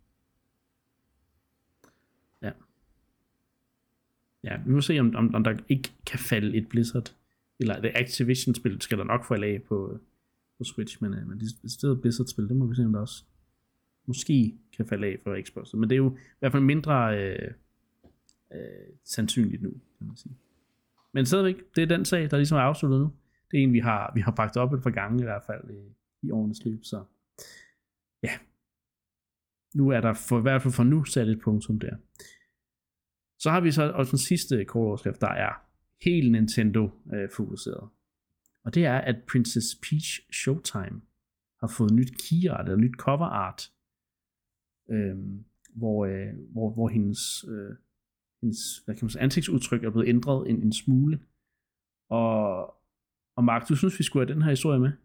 Ja. Ja, vi må se, om, om, om der ikke kan falde et Blizzard. Eller det Activision-spil skal der nok falde af på, på Switch. Men, øh, men det stedet Blizzard-spil, det må vi se, om der også måske kan falde af for Xbox. Men det er jo i hvert fald mindre... Øh, Øh, sandsynligt nu, kan man sige. Men stadigvæk, det er den sag, der ligesom er afsluttet nu. Det er en, vi har, vi har bragt op et par gange i hvert fald i, i årenes løb, så ja. Nu er der for i hvert fald for nu sat et punktum der. Så har vi så også den sidste kortoverskrift, der er helt Nintendo-fokuseret. Og det er, at Princess Peach Showtime har fået nyt key art, eller nyt cover art, øh, hvor, øh, hvor, hvor hendes, øh, hendes hvad kan man sige, ansigtsudtryk er blevet ændret en, en smule. Og, og Mark, du synes, vi skulle have den her historie med?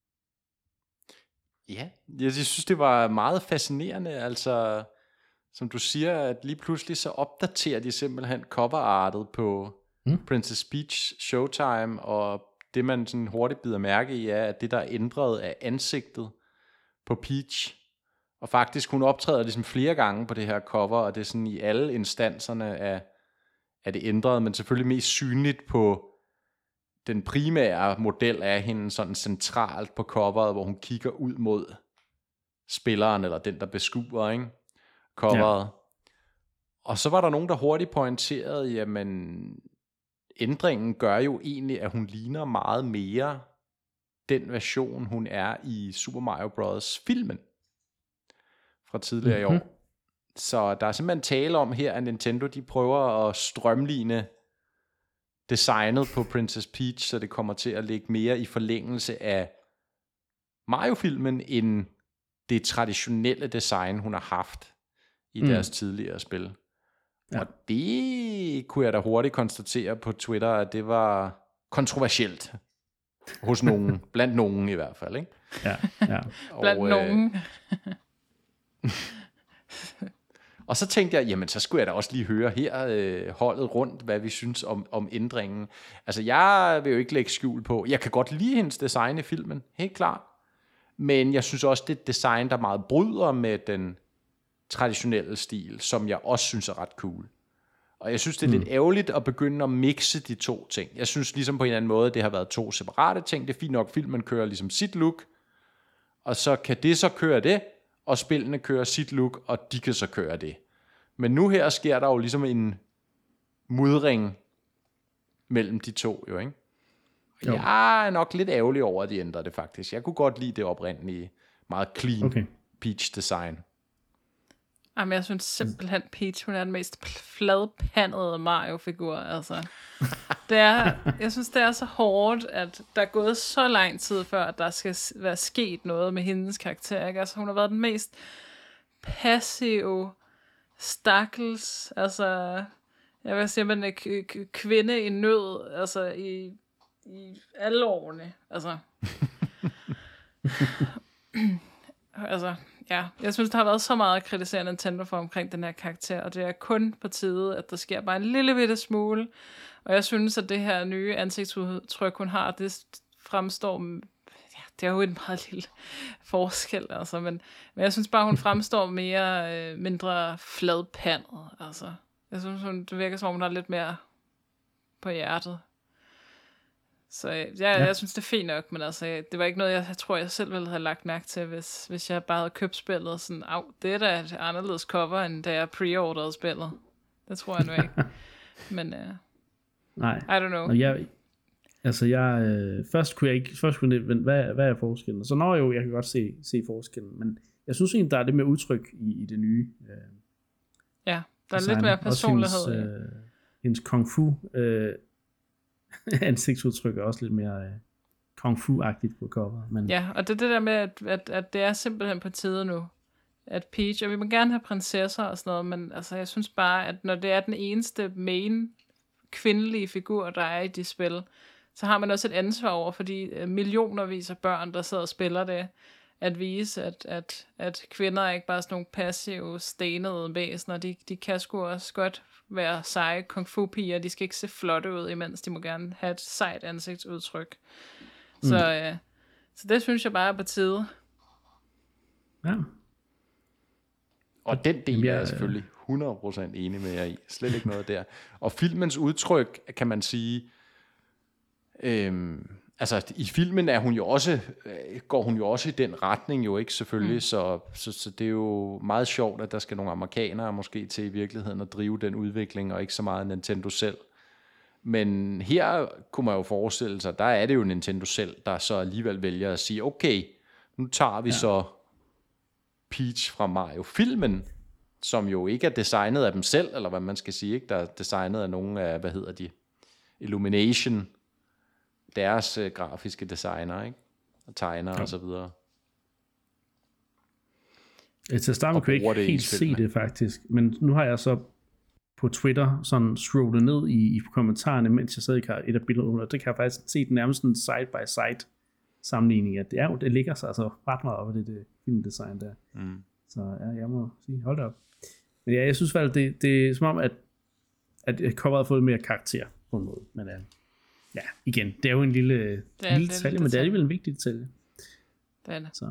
Ja, jeg synes, det var meget fascinerende, altså, som du siger, at lige pludselig så opdaterer de simpelthen coverartet på mm. Princess Peach Showtime, og det man sådan hurtigt bider mærke i, er, at det der er ændret af ansigtet på Peach, og faktisk hun optræder ligesom flere gange på det her cover, og det er sådan i alle instanserne af, af det ændret, men selvfølgelig mest synligt på den primære model af hende sådan centralt på coveret, hvor hun kigger ud mod spilleren, eller den, der beskuer, ikke? Coveret. Ja. Og så var der nogen, der hurtigt pointerede, jamen, ændringen gør jo egentlig, at hun ligner meget mere den version, hun er i Super Mario Bros. Filmen fra tidligere mm-hmm. i år. Så der er simpelthen tale om her, at Nintendo, de prøver at strømline designet på Princess Peach, så det kommer til at ligge mere i forlængelse af Mario-filmen, end det traditionelle design, hun har haft i mm. deres tidligere spil. Ja. Og det kunne jeg da hurtigt konstatere på Twitter, at det var kontroversielt. Hos nogen, blandt nogen i hvert fald, ikke? Ja, ja. Blandt og, nogen. Øh, og så tænkte jeg, jamen så skulle jeg da også lige høre her øh, holdet rundt, hvad vi synes om, om ændringen. Altså jeg vil jo ikke lægge skjul på, jeg kan godt lide hendes design i filmen, helt klart. Men jeg synes også, det er et design, der meget bryder med den traditionelle stil, som jeg også synes er ret cool. Og jeg synes, det er mm. lidt ærgerligt at begynde at mixe de to ting. Jeg synes ligesom på en eller anden måde, det har været to separate ting. Det er fint nok, filmen kører ligesom sit look, og så kan det så køre det, og spillene kører sit look, og de kan så køre det. Men nu her sker der jo ligesom en mudring mellem de to, jo, ikke? Jo. Jeg er nok lidt ærgerlig over, at de ændrer det faktisk. Jeg kunne godt lide det oprindelige, meget clean okay. Peach design. Jamen, jeg synes simpelthen, Peach, hun er den mest fladpandede Mario-figur, altså. Det er, jeg synes, det er så hårdt, at der er gået så lang tid før, at der skal være sket noget med hendes karakter, ikke? Altså, hun har været den mest passive, stakkels, altså, jeg vil sige, man er k- kvinde i nød, altså, i, i alle årene, altså. altså, ja, jeg synes, der har været så meget at kritisere Nintendo for omkring den her karakter, og det er kun på tide, at der sker bare en lille bitte smule, og jeg synes, at det her nye ansigtsudtryk, hun har, det fremstår, ja, det er jo en meget lille forskel, altså, men, men jeg synes bare, hun fremstår mere, øh, mindre fladpandet, altså. Jeg synes, hun, det virker som om, hun har lidt mere på hjertet. Så ja, ja. jeg synes, det er fint nok, men altså, det var ikke noget, jeg, jeg tror, jeg selv ville have lagt mærke til, hvis, hvis jeg bare havde købt spillet og sådan, au, det er da et anderledes cover, end da jeg pre-orderede spillet. Det tror jeg nu ikke. Men, uh, nej. I don't know. Jeg, altså, jeg, øh, først kunne jeg ikke, først kunne jeg, hvad, hvad er forskellen? Så når jo, jeg kan godt se, se forskellen, men jeg synes egentlig, der er lidt mere udtryk i, i det nye. Øh, ja, der er design. Lidt mere personlighed. Hendes, øh, hendes kung fu, øh, ansigtsudtryk er også lidt mere øh, kung fu-agtigt på cover. Men... Ja, og det er det der med, at, at, at det er simpelthen på tide nu, at Peach, og vi må gerne have prinsesser og sådan noget, men altså, jeg synes bare, at når det er den eneste main kvindelige figur, der er i de spil, så har man også et ansvar over for de millionervis af børn, der sidder og spiller det, at vise, at, at, at kvinder er ikke bare sådan nogle passive, stenede væsener, de, de kan sgu også godt være seje kung fu piger, de skal ikke se flotte ud, imens de må gerne have et sejt ansigtsudtryk. Mm. Så, øh, så det synes jeg bare er på tide. Ja. Og den del er jeg selvfølgelig hundrede procent enig med jer i. Slet ikke noget der. Og filmens udtryk, kan man sige, øhm, altså i filmen er hun jo også, går hun jo også i den retning jo, ikke, selvfølgelig, mm. så, så, så det er jo meget sjovt, at der skal nogle amerikanere måske til i virkeligheden at drive den udvikling, og ikke så meget Nintendo selv. Men her kunne man jo forestille sig, der er det jo Nintendo selv, der så alligevel vælger at sige, okay, nu tager vi ja. så Peach fra Mario-filmen, som jo ikke er designet af dem selv, eller hvad man skal sige, ikke? Der er designet af nogle af, hvad hedder de, Illumination, deres øh, grafiske designer, ikke? Og tegner ja. og så videre. Til at starte med kunne jeg ikke helt se det faktisk, men nu har jeg så på Twitter sådan scrollet ned i, i kommentarerne, mens jeg sad i et af billederne, og det kan jeg faktisk se, den nærmest en side-by-side sammenligning, at det, er, det ligger sig altså ret meget op af det, det filmdesign der. Mm. Så ja, jeg må sige, hold da op. Men ja, jeg synes faktisk, det, det er som om, at, at coveret har fået mere karakter på en måde, men ja, ja igen, det er jo en lille, lille detalje, men det er alligevel en vigtig detalje. Det er det. Så.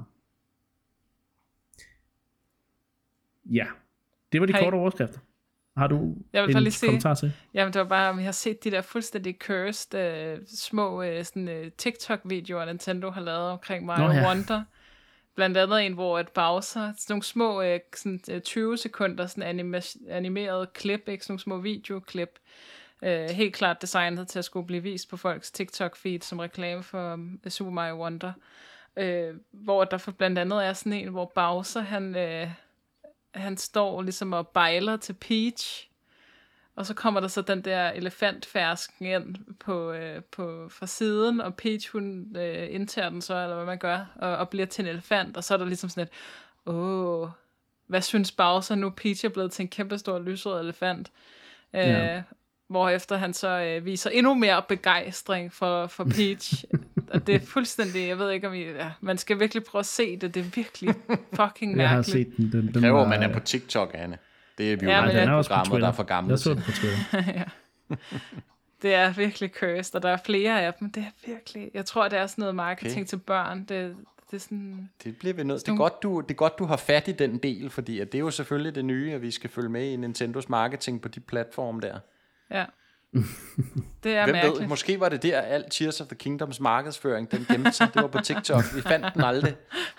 Ja, det var de Hej. korte overskrifter. Har du jeg vil en lige kommentar til? Jamen det var bare, om jeg har set de der fuldstændig cursed uh, små uh, sådan, uh, TikTok-videoer, Nintendo har lavet omkring Mario ja. Wonder. Blandt andet en, hvor et Bowser, sådan nogle små uh, sådan, uh, tyve sekunder sådan anima- animeret klip, ikke? Sådan nogle små videoklip. Uh, helt klart designet til at skulle blive vist på folks TikTok-feed som reklame for um, Super Mario Wonder. Uh, hvor der for blandt andet er sådan en, hvor Bowser, han... Uh, han står ligesom og bejler til Peach, og så kommer der så den der elefantfærsken ind på, øh, på, fra siden, og Peach, hun øh, indtager den så, eller hvad man gør, og, og bliver til en elefant, og så er der ligesom sådan et, åh, hvad synes Bowser nu? Peach er blevet til en kæmpestor lysrød elefant. Øh, ja. Hvorefter han så øh, viser endnu mere begejstring for, for Peach. Og det er fuldstændig, jeg ved ikke om I, ja, man skal virkelig prøve at se det, det er virkelig fucking mærkeligt. Jeg har set den. den, den det kræver, var, man er på TikTok, Anne. Det er vi jo ja, meget af programmer, der er for gamle. Jeg så det på Twitter. Ja. Det er virkelig cursed, og der er flere af dem. Det er virkelig, jeg tror, det er sådan noget marketing okay. til børn. Det, det er sådan... Det bliver vi nødt. Det er godt, du, det er godt, du har fat i den del, fordi at det er jo selvfølgelig det nye, at vi skal følge med i Nintendos marketing på de platforme der. Ja. Det er Hvem mærkeligt. Ved, måske var det der, alt Tears of the Kingdoms markedsføring, den gemte sig. Det var på TikTok. Vi fandt den aldrig.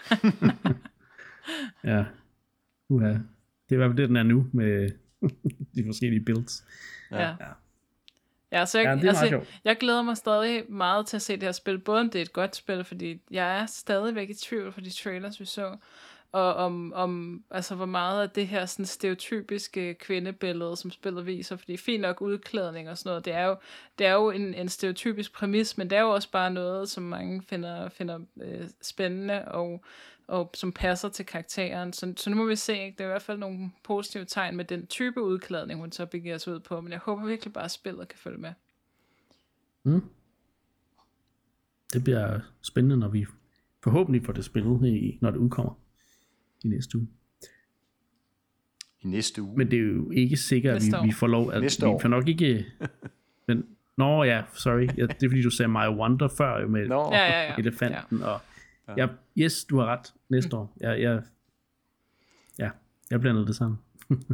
Ja. Uha. Det er i hvert fald det, den er nu med de forskellige builds. Ja. Ja. Ja, så jeg, ja, altså, jeg glæder mig stadig meget til at se det her spil. Både om det er et godt spil, fordi jeg er stadigvæk i tvivl for de trailers, vi så. Og om, om altså, hvor meget af det her sådan, stereotypiske kvindebillede, som spillet viser. Fordi fint nok udklædning og sådan noget, det er jo, det er jo en, en stereotypisk præmis, men det er jo også bare noget, som mange finder, finder øh, spændende og, og som passer til karakteren. Så, så nu må vi se, ikke? Det er i hvert fald nogle positive tegn med den type udklædning, hun så begiver sig ud på. Men jeg håber virkelig bare, at spillet kan følge med. Mm. Det bliver spændende, når vi forhåbentlig får det spillet, i, når det udkommer. I næste uge. I næste uge? Men det er jo ikke sikkert, at vi, vi får lov, at næste vi år. får nok ikke... Men, nå ja, sorry. Ja, det er fordi, du sagde Mario Wonder før jo med ja, ja, ja. elefanten. Og, ja, yes, du har ret. Næste mm. år. Jeg, jeg, ja, jeg blandede det sammen.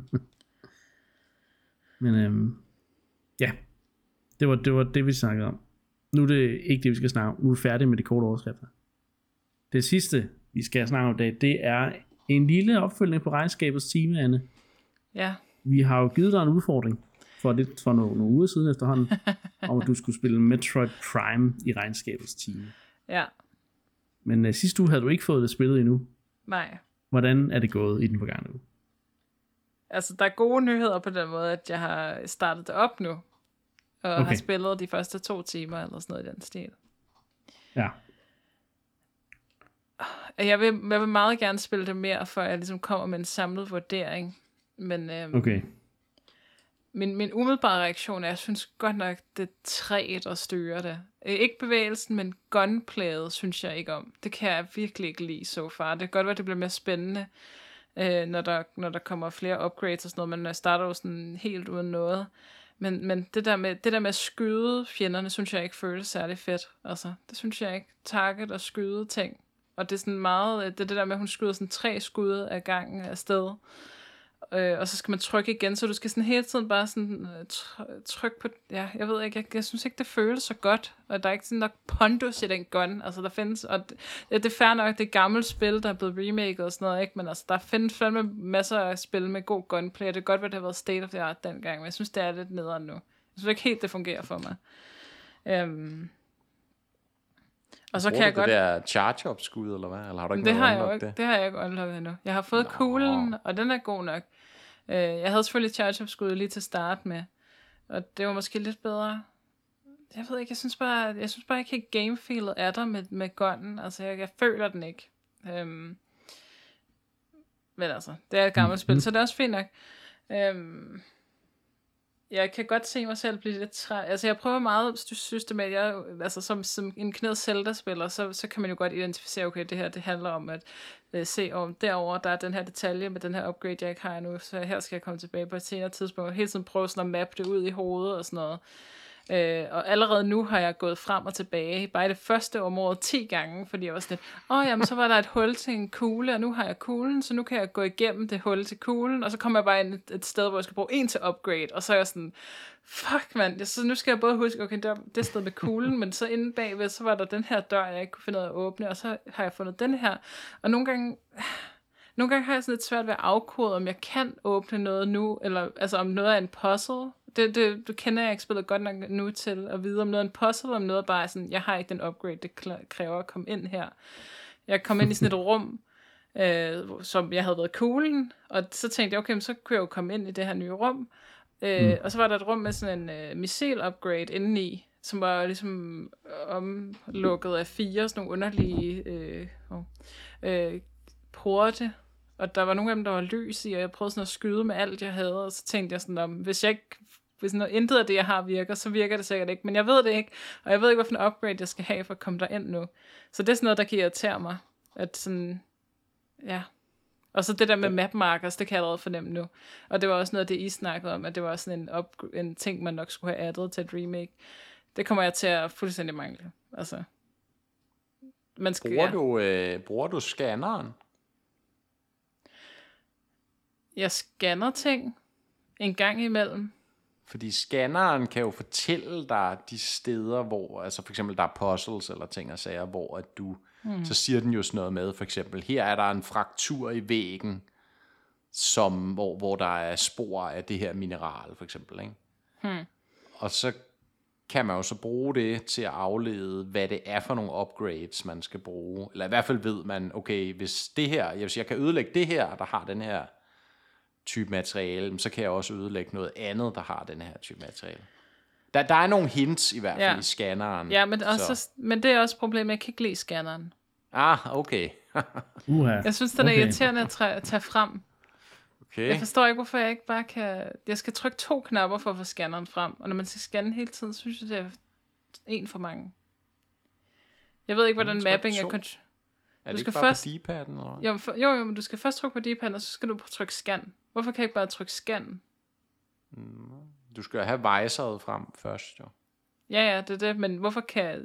Men øhm, ja, det var, det var det, vi snakkede om. Nu er det ikke det, vi skal snakke om. Nu er vi færdige med de korte overskrifter. Det sidste, vi skal snakke om i dag, det er en lille opfølgning på regnskabets time, Anne. Ja. Vi har jo givet dig en udfordring for, lidt, for nogle, nogle uger siden efterhånden, om at du skulle spille Metroid Prime i regnskabets time. Ja. Men uh, sidste uge havde du ikke fået det spillet endnu. Nej. Hvordan er det gået i den forgangne uge? Altså, der er gode nyheder på den måde, at jeg har startet det op nu, og okay. har spillet de første to timer, eller sådan noget i den stil. Ja. Jeg vil, jeg vil meget gerne spille det mere, før jeg ligesom kommer med en samlet vurdering. Men øhm, okay. min, min umiddelbare reaktion er, jeg synes godt nok, det er træet at styre det. Ikke bevægelsen, men gunplayet synes jeg ikke om. Det kan jeg virkelig ikke lide så far. Det kan godt være, det bliver mere spændende, øh, når, der, når der kommer flere upgrades og sådan noget, men jeg starter jo sådan helt uden noget. Men, men det, der med, det der med at skyde fjenderne, synes jeg ikke føles særlig fedt. Altså, det synes jeg ikke. Target og skyde ting. Og det er sådan meget, det er det der med, at hun skyder sådan tre skud af gangen afsted. Øh, og så skal man trykke igen, så du skal sådan hele tiden bare sådan tr- trykke på, ja, jeg ved ikke, jeg, jeg synes ikke, det føles så godt. Og der er ikke sådan nok pondus i den gun, altså der findes, og det, det er fair nok, det er et gammelt spil, der er blevet remaket og sådan noget, ikke? Men altså, der findes fandme masser af spil med god gunplay, og det er godt, at det har været state of the art dengang, men jeg synes, det er lidt nederen nu. Jeg synes ikke helt, det fungerer for mig. Øhm... Og så kan jeg godt... det der charge-up-skud, eller hvad? Eller har du ikke det har jeg ikke, det? det har jeg ikke unlocket endnu. Jeg har fået Nå. kuglen, og den er god nok. Uh, jeg havde selvfølgelig charge-up-skud lige til start med, og det var måske lidt bedre. jeg ved ikke, jeg synes bare, jeg synes bare ikke helt gamefilet er der med, med gunnen. Altså, jeg, jeg føler den ikke. Øhm, men altså, det er et gammelt mm. spil, så det er også fint nok. Øhm, jeg kan godt se mig selv blive lidt træt. Altså, jeg prøver meget systematisk. Jeg, altså, som, som en knæd Zelda-spiller, så, så kan man jo godt identificere, okay, det her, det handler om at øh, se om derover der er den her detalje med den her upgrade, jeg ikke har nu, så her skal jeg komme tilbage på et senere tidspunkt, og hele tiden prøve sådan at mappe det ud i hovedet og sådan noget. Øh, og allerede nu har jeg gået frem og tilbage, bare det første om året ti gange, fordi jeg var sådan lidt, åh oh, jamen, så var der et hul til en kugle, og nu har jeg kuglen, så nu kan jeg gå igennem det hul til kuglen, og så kommer jeg bare ind et, et sted, hvor jeg skal bruge en til upgrade, og så er jeg sådan, fuck mand, så nu skal jeg både huske, okay, der, det sted med kuglen, men så inde bagved, så var der den her dør, jeg ikke kunne finde ud af at åbne, og så har jeg fundet den her, og nogle gange... Nogle gange har jeg sådan lidt svært ved at afkode, om jeg kan åbne noget nu, eller altså om noget er en puzzle. Det, det, det kender jeg ikke spillet godt nok nu til at vide, om noget er en puzzle, om noget bare er sådan, jeg har ikke den upgrade, det kræver at komme ind her. Jeg kom ind i sådan et rum, øh, som jeg havde været kuglen, og så tænkte jeg, okay, så kunne jeg jo komme ind i det her nye rum. Øh, mm. Og så var der et rum med sådan en uh, missil-upgrade indeni, som var ligesom omlukket af fire sådan nogle underlige øh, øh, porte. Og der var nogle af dem, der var lys i, og jeg prøvede sådan at skyde med alt, jeg havde, og så tænkte jeg sådan om, hvis jeg ikke, hvis noget, intet af det, jeg har, virker, så virker det sikkert ikke, men jeg ved det ikke, og jeg ved ikke, hvilken upgrade jeg skal have for at komme derind nu. Så det er sådan noget, der kan irritere mig, at sådan, ja. Og så det der med map markers, det kan jeg allerede fornemme nu. Og det var også noget af det, I snakkede om, at det var sådan en, up, en ting, man nok skulle have addet til et remake. Det kommer jeg til at fuldstændig mangle. Altså, man skal, bruger, ja. du, øh, bruger du scanneren? Jeg scanner ting en gang imellem. Fordi scanneren kan jo fortælle dig de steder, hvor, altså for eksempel der er puzzles eller ting og sager, hvor at du, hmm. så siger den jo sådan noget med, for eksempel, her er der en fraktur i væggen, som, hvor, hvor der er spor af det her mineral, for eksempel, ikke? Hmm. Og så kan man jo så bruge det til at aflede, hvad det er for nogle upgrades, man skal bruge. Eller i hvert fald ved man, okay, hvis det her, hvis jeg kan ødelægge det her, der har den her type materiale, så kan jeg også ødelægge noget andet, der har den her type materiale. Der, der er nogle hints i hvert fald ja. i scanneren. Ja, men, også, men det er også problemet, jeg kan ikke lide scanneren. Ah, okay. uh-huh. Jeg synes, den er okay. irriterende at tage, tage frem. Okay. Jeg forstår ikke, hvorfor jeg ikke bare kan... Jeg skal trykke to knapper for at få scanneren frem, og når man skal scanne hele tiden, så synes jeg, det er en for mange. Jeg ved ikke, hvordan mapping er... Kont- er det du ikke skal bare først... på D-padden? Eller? Jo, for, jo, jo, men du skal først trykke på D-padden, og så skal du trykke scan. Hvorfor kan jeg ikke bare trykke scan? Mm, du skal have viseret frem først, jo. Ja, ja, det er det, men hvorfor kan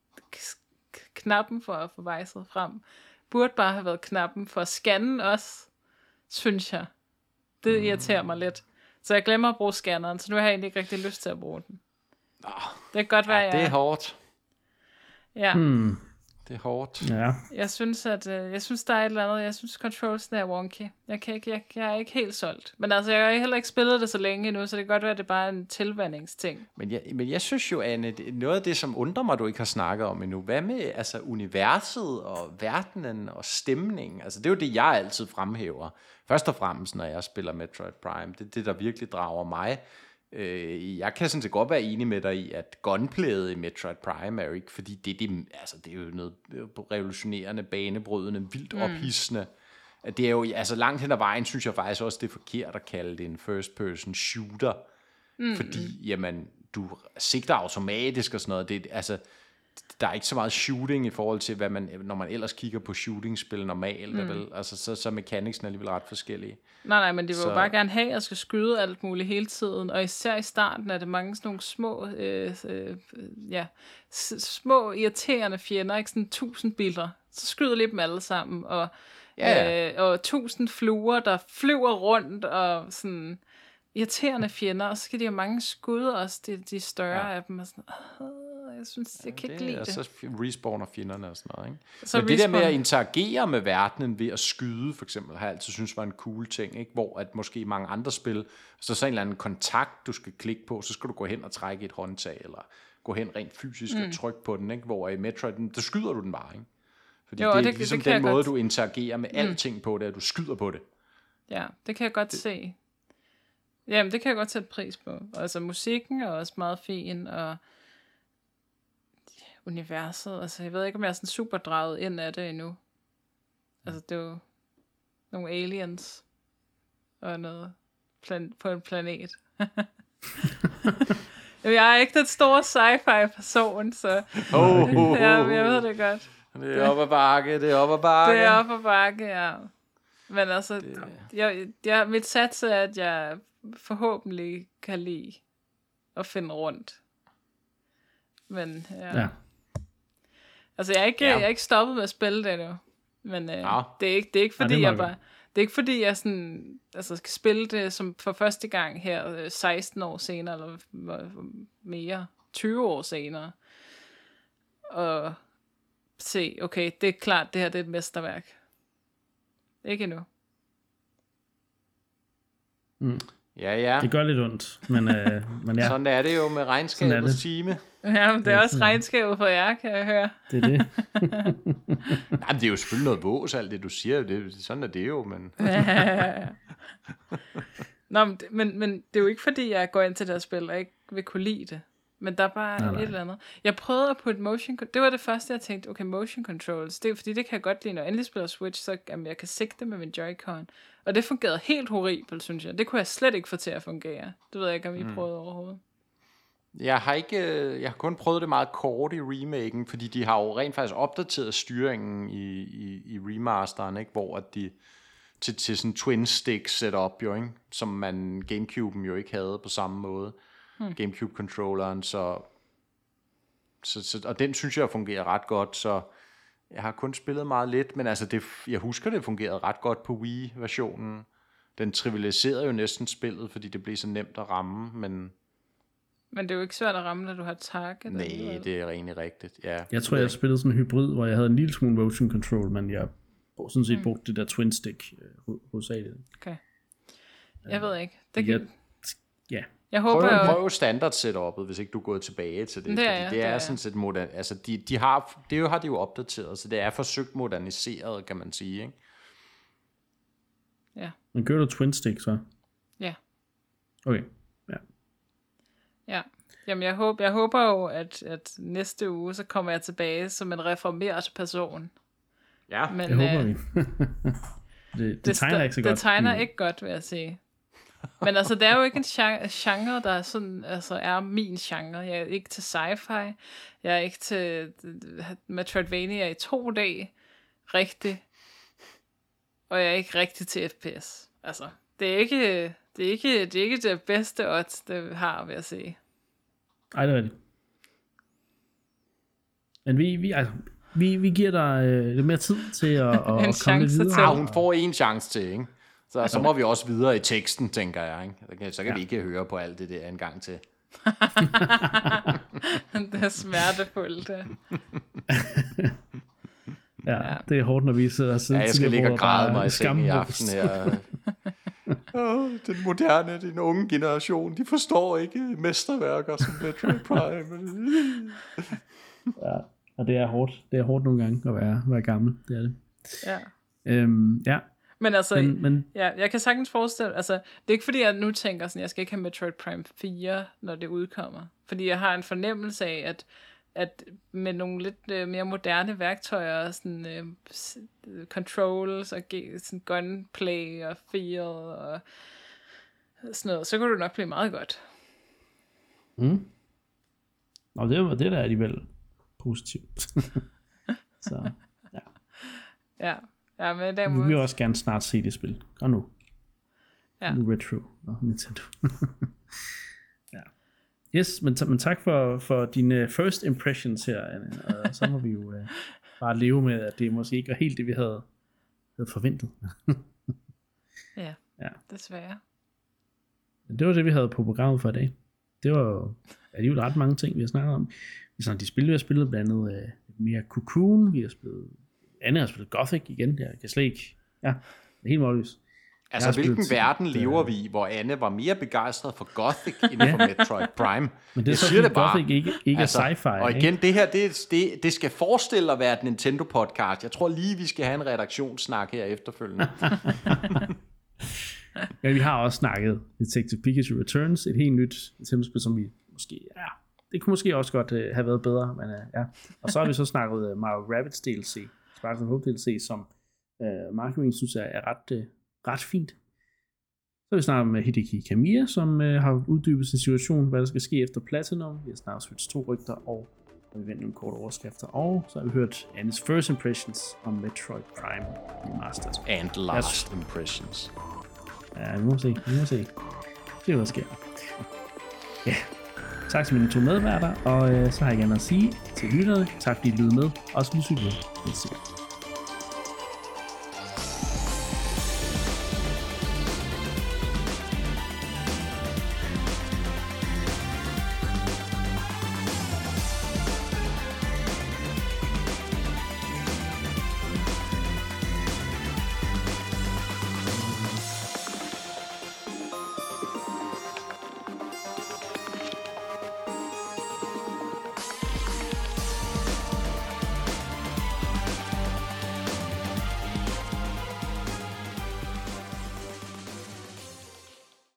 knappen for at få viseret frem, burde bare have været knappen for at scanne også, synes jeg. Det irriterer mig lidt. Så jeg glemmer at bruge scanneren, så nu har jeg egentlig ikke rigtig lyst til at bruge den. Oh, det kan godt være, ja, det er jeg... hårdt. Ja. Hmm. Det er hårdt. Ja. Jeg synes, at øh, jeg synes, der er et eller andet. Jeg synes, controlsen er wonky. Jeg, kan ikke, jeg, jeg er ikke helt solgt. Men altså, jeg har heller ikke spillet det så længe endnu, så det kan godt være, at det er bare en tilvandingsting. Men jeg, men jeg synes jo, Anne, noget af det, som undrer mig, du ikke har snakket om endnu, hvad med altså, universet og verdenen og stemningen? Altså, det er jo det, jeg altid fremhæver. Først og fremmest, når jeg spiller Metroid Prime. Det er det, der virkelig drager mig. Jeg kan sådan set godt være enig med dig i, at gunplayet i Metroid Prime er jo ikke, fordi det, det, altså det er jo noget revolutionerende, banebrydende, vildt ophidsende. Mm. Det er jo, altså langt hen ad vejen, synes jeg faktisk også, det er forkert at kalde det en first person shooter. Mm. Fordi, jamen, du sigter automatisk og sådan noget. Det, altså, der er ikke så meget shooting i forhold til, hvad man, når man ellers kigger på shooting-spil normalt, mm. vel? Altså, så, så mechanicsene er alligevel ret forskellige. Nej, nej, men det vil så... jo bare gerne have, at jeg skal skyde alt muligt hele tiden, og især i starten er det mange sådan nogle små, øh, øh, ja, små irriterende fjender, ikke sådan tusind billeder. Så skyder lige dem alle sammen, og, ja, ja. Øh, og tusind fluer, der flyver rundt, og sådan irriterende fjender, og så skal de have mange skud også, de, de større ja. af dem, og sådan, øh, jeg synes, jeg kan ja, ikke lide det. Og så respawner fjenderne og sådan noget, ikke? Så men det respawn... der med at interagere med verdenen ved at skyde, for eksempel, har jeg altid synes var en cool ting, ikke? Hvor at måske i mange andre spil, så så en eller anden kontakt, du skal klikke på, så skal du gå hen og trække et håndtag, eller gå hen rent fysisk mm. og trykke på den, ikke? Hvor i Metroid, der skyder du den bare, ikke? Fordi jo, det er det, ligesom det den måde, godt... du interagerer med mm. alting på, det er, at du skyder på det. Ja, det kan jeg godt det... se. Jamen, det kan jeg godt sætte pris på. Altså, musikken er også meget fin, og universet. Altså, jeg ved ikke, om jeg er sådan super draget ind af det endnu. Altså, det er jo nogle aliens og noget plan- på en planet. Jeg er ikke den store sci-fi person, så oh, oh, oh. Ja, jeg ved det godt. Det er op ad bakke, det er op ad bakke. Det er op ad bakke, ja. Men altså, det... jeg, jeg, mit sats er, at jeg forhåbentlig kan lide at finde rundt. Men ja. ja. Altså, jeg er, ikke, ja. jeg er ikke stoppet med at spille det endnu. Men øh, ja. det, er ikke, det er ikke fordi, ja, jeg bare... Det er ikke fordi, jeg sådan, altså, skal spille det som for første gang her seksten år senere, eller mere, tyve år senere. Og se, okay, det er klart, det her det er et mesterværk. Ikke endnu. Mm. Ja, ja. Det gør lidt ondt, men, øh, men ja. Sådan er det jo med regnskabets time. Ja, men det er også regnskabet for jer, kan jeg høre. Det er det. Jamen, det er jo selvfølgelig noget vås, alt det du siger. Det, sådan er det jo, men... Nå, men, men, men det er jo ikke fordi, jeg går ind til det her spil, og ikke vil kunne lide det. Men der er bare nej, nej. et eller andet. Jeg prøvede at putte motion... Det var det første, jeg tænkte, okay, motion controls. Det er fordi, det kan jeg godt lide, når jeg endelig spiller Switch, så jamen, jeg kan sigte med min Joy-Con. Og det fungerede helt horribelt, synes jeg. Det kunne jeg slet ikke få til at fungere. Det ved jeg ikke, om I mm. prøvede overhovedet. Jeg har ikke, jeg har kun prøvet det meget kort i remaken, fordi de har jo rent faktisk opdateret styringen i, i, i remasteren, ikke? Hvor at de til, til sådan twin stick setup jo, ikke? Som man Gamecube'en jo ikke havde på samme måde. Hmm. Gamecube controlleren, så, så, så og den synes jeg fungerer ret godt, så jeg har kun spillet meget lidt, men altså det, jeg husker det fungerede ret godt på Wii-versionen. Den trivialiserede jo næsten spillet, fordi det blev så nemt at ramme, men men det er jo ikke svært at ramme, når du har target. Nej, eller? Det er egentlig rigtigt. Ja. Jeg tror, jeg spillede sådan en hybrid, hvor jeg havde en lille smule motion control, men jeg sådan set mm. brugte det der twin stick uh, hovedsageligt. Okay. Jeg ved ikke. Det kan... jeg, ja. Jeg håber prøv, jo... prøv standard setup'et, hvis ikke du er gået tilbage til det. Det er, det er, det er sådan set modern. Altså, de, de har, det jo, har de jo opdateret, så det er forsøgt moderniseret, kan man sige, ikke? Ja. Men gør du twin stick, så? Ja. Okay, ja. Ja. Jamen, jeg håber, jeg håber jo, at, at næste uge, så kommer jeg tilbage som en reformeret person. Ja, men, det håber øh, vi. det, det, det tegner ikke så det, godt. Det tegner ikke godt, vil jeg sige. Men altså, det er jo ikke en genre, der er sådan, altså er min genre. Jeg er ikke til sci-fi. Jeg er ikke til Metroidvania i to D rigtig. Og jeg er ikke rigtig til F P S. Altså, det er ikke det, er ikke, det, er ikke det bedste odds, det har, vil jeg sige. Ej, det er det. Men vi, vi, altså, vi, vi giver dig øh, lidt mere tid til at, at komme lidt videre. Ja, hun får en chance til, ikke? Så, ja. Så må vi også videre i teksten, tænker jeg. Ikke? Så kan ja. vi ikke høre på alt det der en gang til. Det er smertefuldt. Ja, ja, det er hårdt, når vi sidder og sidder. Ja, jeg skal ligge og græde mig i seng i aften her. Oh, den moderne, den unge generation, de forstår ikke mesterværker som Metroid Prime. Ja, og det er hårdt. Det er hårdt nogle gange at være, være gammel. Det er det. Ja. Øhm, ja. Men altså, men, men, ja, jeg kan sagtens forestille, altså, det er ikke fordi, jeg nu tænker sådan, jeg skal ikke have Metroid Prime fire, når det udkommer. Fordi jeg har en fornemmelse af, at, at med nogle lidt øh, mere moderne værktøjer, sådan øh, controls og sådan gunplay og feel og sådan noget, så kunne det nok blive meget godt. Mm. Og det var det, der er alligevel positivt. Så, ja. Ja. Ja, men det må... Vi vil også gerne snart se det spil. Kom nu. Ja. Nu retro og Nintendo. Ja. Yes, men, t- men tak for, for dine first impressions her, Anne. Og så må vi jo uh, bare leve med, at det måske ikke var helt det, vi havde, havde forventet. Ja, ja, desværre. Men det var det, vi havde på programmet for i dag. Det var jo alligevel ret mange ting, vi har snakket om. Vi har de spil, vi har spillet, blandt andet uh, mere Cocoon, vi har spillet Anne har spillet Gothic igen. Jeg kan slet ikke... Ja, det er helt målløs. Altså, hvilken spillet, verden lever vi i, hvor Anne var mere begejstret for Gothic end for Metroid Prime? Men det er så, fordi Gothic ikke, ikke altså, er sci-fi. Og igen, ikke? det her, det, det, det skal forestille at være et Nintendo-podcast. Jeg tror lige, vi skal have en redaktionssnak her efterfølgende. Ja, vi har også snakket Detective Pikachu Returns, et helt nyt Nintendo-spil, som vi måske... Ja, det kunne måske også godt uh, have været bedre, men uh, ja. Og så har vi så snakket uh, Mario Rabbids D L C, Sparks of Hope D L C, som uh, Mark Green synes er, er ret, uh, ret fint. Så har vi snakket med Hideki Kamiya, som uh, har uddybet sin situation, hvad der skal ske efter Platinum. Vi har snakket Switch to rygter, og vi venter nogle korte overskrifter. Og så har vi hørt Annes first impressions om Metroid Prime Remastered. And last yes. impressions. Ja, vi må se, vi må se. Se, hvad der sker. Ja, tak til mine to medværter, og øh, så har jeg gerne at sige til lytterne, tak fordi I lyttede med, og så vi ses.